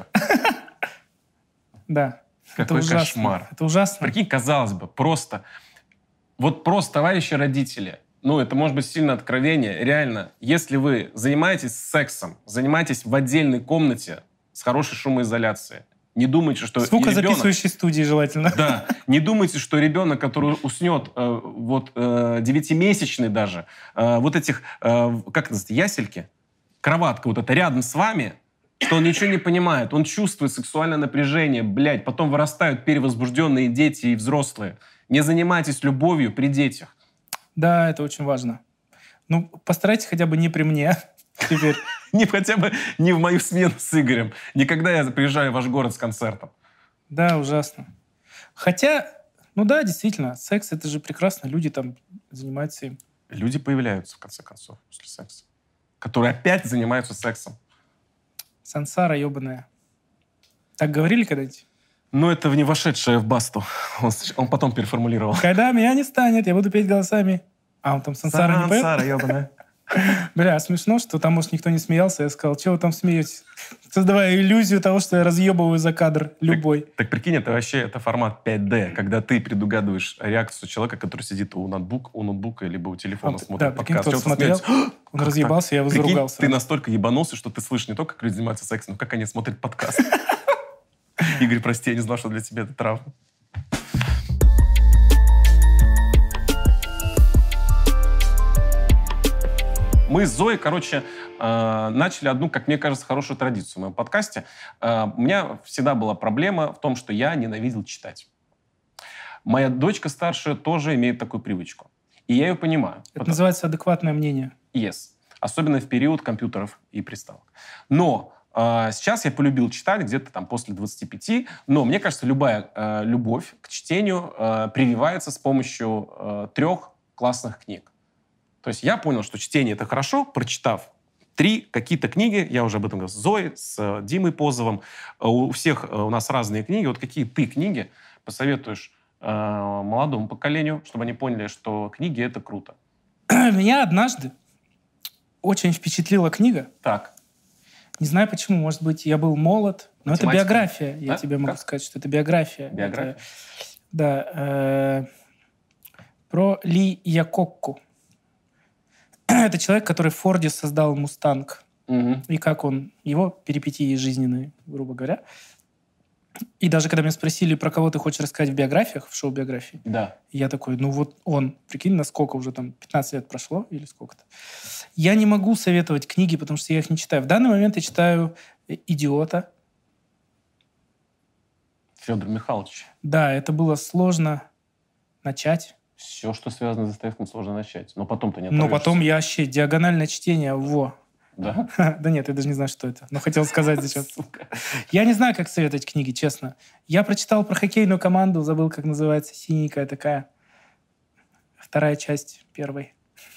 [SPEAKER 1] Да.
[SPEAKER 2] Какой
[SPEAKER 1] это ужасно.
[SPEAKER 2] кошмар.
[SPEAKER 1] Это ужасно.
[SPEAKER 2] Прикинь, казалось бы, просто... Вот просто, товарищи родители, ну, это может быть сильно откровение. Реально, если вы занимаетесь сексом, занимаетесь в отдельной комнате с хорошей шумоизоляцией, не думайте, что ребенок...
[SPEAKER 1] Звукозаписывающей студии желательно.
[SPEAKER 2] Да, не думайте, что ребенок, который уснет, э, вот, э, девятимесячный даже, э, вот этих, э, как это называется, ясельки, кроватка вот эта рядом с вами, что он ничего не понимает, он чувствует сексуальное напряжение, блядь, потом вырастают перевозбужденные дети и взрослые. Не занимайтесь любовью при детях.
[SPEAKER 1] Да, это очень важно. Ну, постарайтесь хотя бы не при мне теперь.
[SPEAKER 2] Не хотя бы не в мою смену с Игорем. Никогда я приезжаю в ваш город с концертом.
[SPEAKER 1] Да, ужасно. Хотя, ну да, действительно, секс — это же прекрасно. Люди там занимаются им.
[SPEAKER 2] Люди появляются, в конце концов, после секса. Которые опять занимаются сексом.
[SPEAKER 1] Сансара ебаная. Так говорили когда-нибудь?
[SPEAKER 2] Но это не вошедшее в басту. Он, с- он потом переформулировал.
[SPEAKER 1] Когда меня не станет, я буду петь голосами. А он там сансара не поет?
[SPEAKER 2] Сара, ебаная.
[SPEAKER 1] Бля, смешно, что там, может, никто не смеялся. Я сказал, чего вы там смеетесь? Создавая иллюзию того, что я разъебываю за кадр любой.
[SPEAKER 2] Так прикинь, это вообще это формат пять дэ, когда ты предугадываешь реакцию человека, который сидит у ноутбука, у ноутбука либо у телефона,
[SPEAKER 1] А,
[SPEAKER 2] смотрит
[SPEAKER 1] да, прикинь,
[SPEAKER 2] подкаст.
[SPEAKER 1] кто-то
[SPEAKER 2] Чего-то
[SPEAKER 1] смотрел,
[SPEAKER 2] смеется.
[SPEAKER 1] он
[SPEAKER 2] Как
[SPEAKER 1] разъебался,
[SPEAKER 2] так?
[SPEAKER 1] я его
[SPEAKER 2] Прикинь,
[SPEAKER 1] заругался.
[SPEAKER 2] ты настолько ебанулся, что ты слышишь не только, как люди занимаются сексом, но как они смотрят подкаст. Игорь, прости, я не знал, что для тебя это травма. Мы с Зоей, короче, э, начали одну, как мне кажется, хорошую традицию в моем подкасте. Э, У меня всегда была проблема в том, что я ненавидел читать. Моя дочка старшая тоже имеет такую привычку. И я ее понимаю.
[SPEAKER 1] Это
[SPEAKER 2] Потому-
[SPEAKER 1] называется адекватное мнение.
[SPEAKER 2] Yes. Особенно в период компьютеров и приставок. Но э, сейчас я полюбил читать где-то там после двадцати пяти. Но мне кажется, любая э, любовь к чтению э, прививается с помощью э, трех классных книг. То есть я понял, что чтение — это хорошо, прочитав три какие-то книги, я уже об этом говорил с Зоей, с э, Димой Позовым. Э, У всех э, у нас разные книги. Вот какие ты книги посоветуешь э, молодому поколению, чтобы они поняли, что книги — это круто?
[SPEAKER 1] Меня однажды очень впечатлила книга.
[SPEAKER 2] Так.
[SPEAKER 1] Не знаю почему, может быть, я был молод, но это
[SPEAKER 2] Математика.
[SPEAKER 1] биография. Я
[SPEAKER 2] Да?
[SPEAKER 1] тебе могу
[SPEAKER 2] Как?
[SPEAKER 1] сказать, что это биография.
[SPEAKER 2] Биография?
[SPEAKER 1] Это, да. э, про Ли Якокку. Это человек, который в Форде создал «Мустанг».
[SPEAKER 2] Мгм.
[SPEAKER 1] И как он, его перипетии жизненные, грубо говоря. И даже когда меня спросили, про кого ты хочешь рассказать в биографиях, в шоу-биографии,
[SPEAKER 2] Да.
[SPEAKER 1] я такой, ну вот он, прикинь, насколько уже там пятнадцать лет прошло или сколько-то. Я не могу советовать книги, потому что я их не читаю. В данный момент я читаю «Идиота».
[SPEAKER 2] Федор Михайлович.
[SPEAKER 1] Да, это было сложно начать.
[SPEAKER 2] Все, что связано с Достоевским, сложно начать. Но потом-то не
[SPEAKER 1] Но
[SPEAKER 2] оторвешься.
[SPEAKER 1] потом я вообще диагональное чтение, во.
[SPEAKER 2] Да?
[SPEAKER 1] Да нет, я даже не знаю, что это. Но хотел сказать зачем.
[SPEAKER 2] Сука.
[SPEAKER 1] Я не знаю, как советовать книги, честно. Я прочитал про хоккейную команду, забыл, как называется, синенькая такая. Вторая часть первой.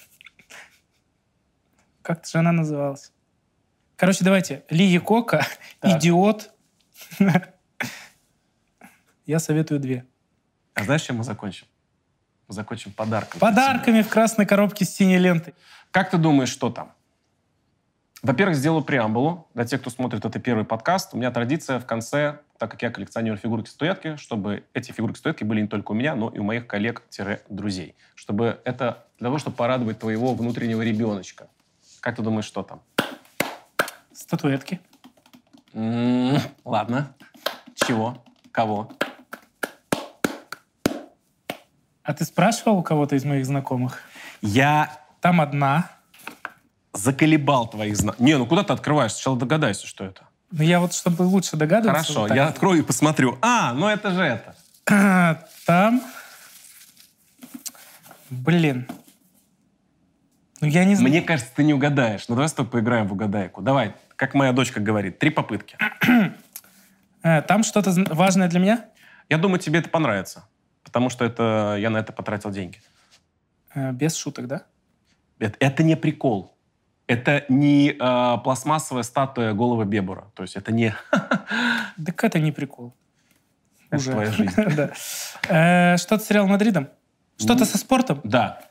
[SPEAKER 1] Как-то же она называлась. Короче, давайте. Ли Якока,
[SPEAKER 2] Так.
[SPEAKER 1] «Идиот». Я советую две.
[SPEAKER 2] А знаешь, чем мы закончим? Мы закончим подарком.
[SPEAKER 1] Подарками в красной коробке с синей лентой.
[SPEAKER 2] Как ты думаешь, что там? Во-первых, сделаю преамбулу. Для тех, кто смотрит это первый подкаст, у меня традиция в конце, так как я коллекционирую фигурки-статуэтки, чтобы эти фигурки-статуэтки были не только у меня, но и у моих коллег-друзей. Чтобы это для того, чтобы порадовать твоего внутреннего ребеночка. Как ты думаешь, что там?
[SPEAKER 1] Статуэтки.
[SPEAKER 2] М-м, ладно. Чего? Кого?
[SPEAKER 1] А ты спрашивал у кого-то из моих знакомых?
[SPEAKER 2] Я
[SPEAKER 1] Там одна.
[SPEAKER 2] заколебал твоих знакомых. Не, ну куда ты открываешь? Сначала догадайся, что это.
[SPEAKER 1] Ну, я вот, чтобы лучше догадываться...
[SPEAKER 2] Хорошо,
[SPEAKER 1] вот так.
[SPEAKER 2] я открою и посмотрю. А, ну это же это.
[SPEAKER 1] Там... Блин. Ну, я не знаю.
[SPEAKER 2] Мне кажется, ты не угадаешь. Ну, давай с тобой поиграем в угадайку. Давай, как моя дочка говорит, три попытки.
[SPEAKER 1] Э, Там что-то зн- важное для меня?
[SPEAKER 2] Я думаю, тебе это понравится. Потому что это я на это потратил деньги.
[SPEAKER 1] Э, Без шуток, да?
[SPEAKER 2] Это, это не прикол. Это не э, пластмассовая статуя голого бебура. То есть это не...
[SPEAKER 1] Так это не прикол.
[SPEAKER 2] Это
[SPEAKER 1] Уже.
[SPEAKER 2] твоя жизнь.
[SPEAKER 1] Да. Э, Что-то с Реал Мадридом? Что-то со спортом?
[SPEAKER 2] Да.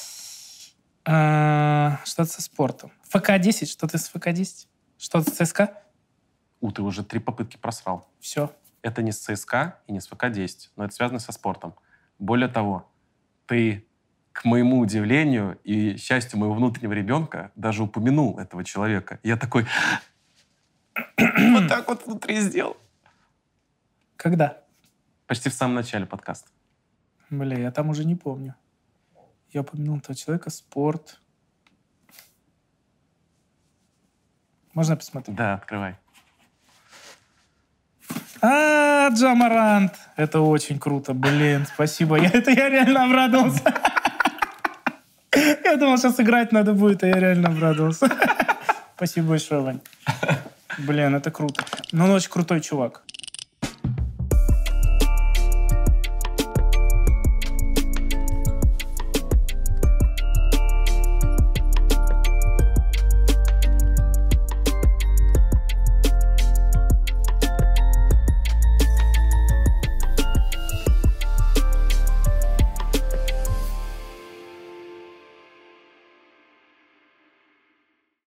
[SPEAKER 1] Э, Что-то со спортом. ФК десять? Что-то с ФК десять? Что-то с ЦСКА?
[SPEAKER 2] У, ты уже три попытки просрал.
[SPEAKER 1] Все.
[SPEAKER 2] Это не с ЦСКА и не с ФК десять, но это связано со спортом. Более того, ты, к моему удивлению и счастью моего внутреннего ребенка, даже упомянул этого человека. Я такой... вот так вот внутри сделал.
[SPEAKER 1] Когда?
[SPEAKER 2] Почти в самом начале подкаста.
[SPEAKER 1] Бля, я там уже не помню. Я упомянул этого человека. Спорт. Можно я посмотрю?
[SPEAKER 2] Да, открывай.
[SPEAKER 1] А, Джамарант. Это очень круто. Блин, спасибо. Я, это я реально обрадовался. Я думал, сейчас играть надо будет, а я реально обрадовался. Спасибо большое, Вань. Блин, это круто. Ну, он очень крутой чувак.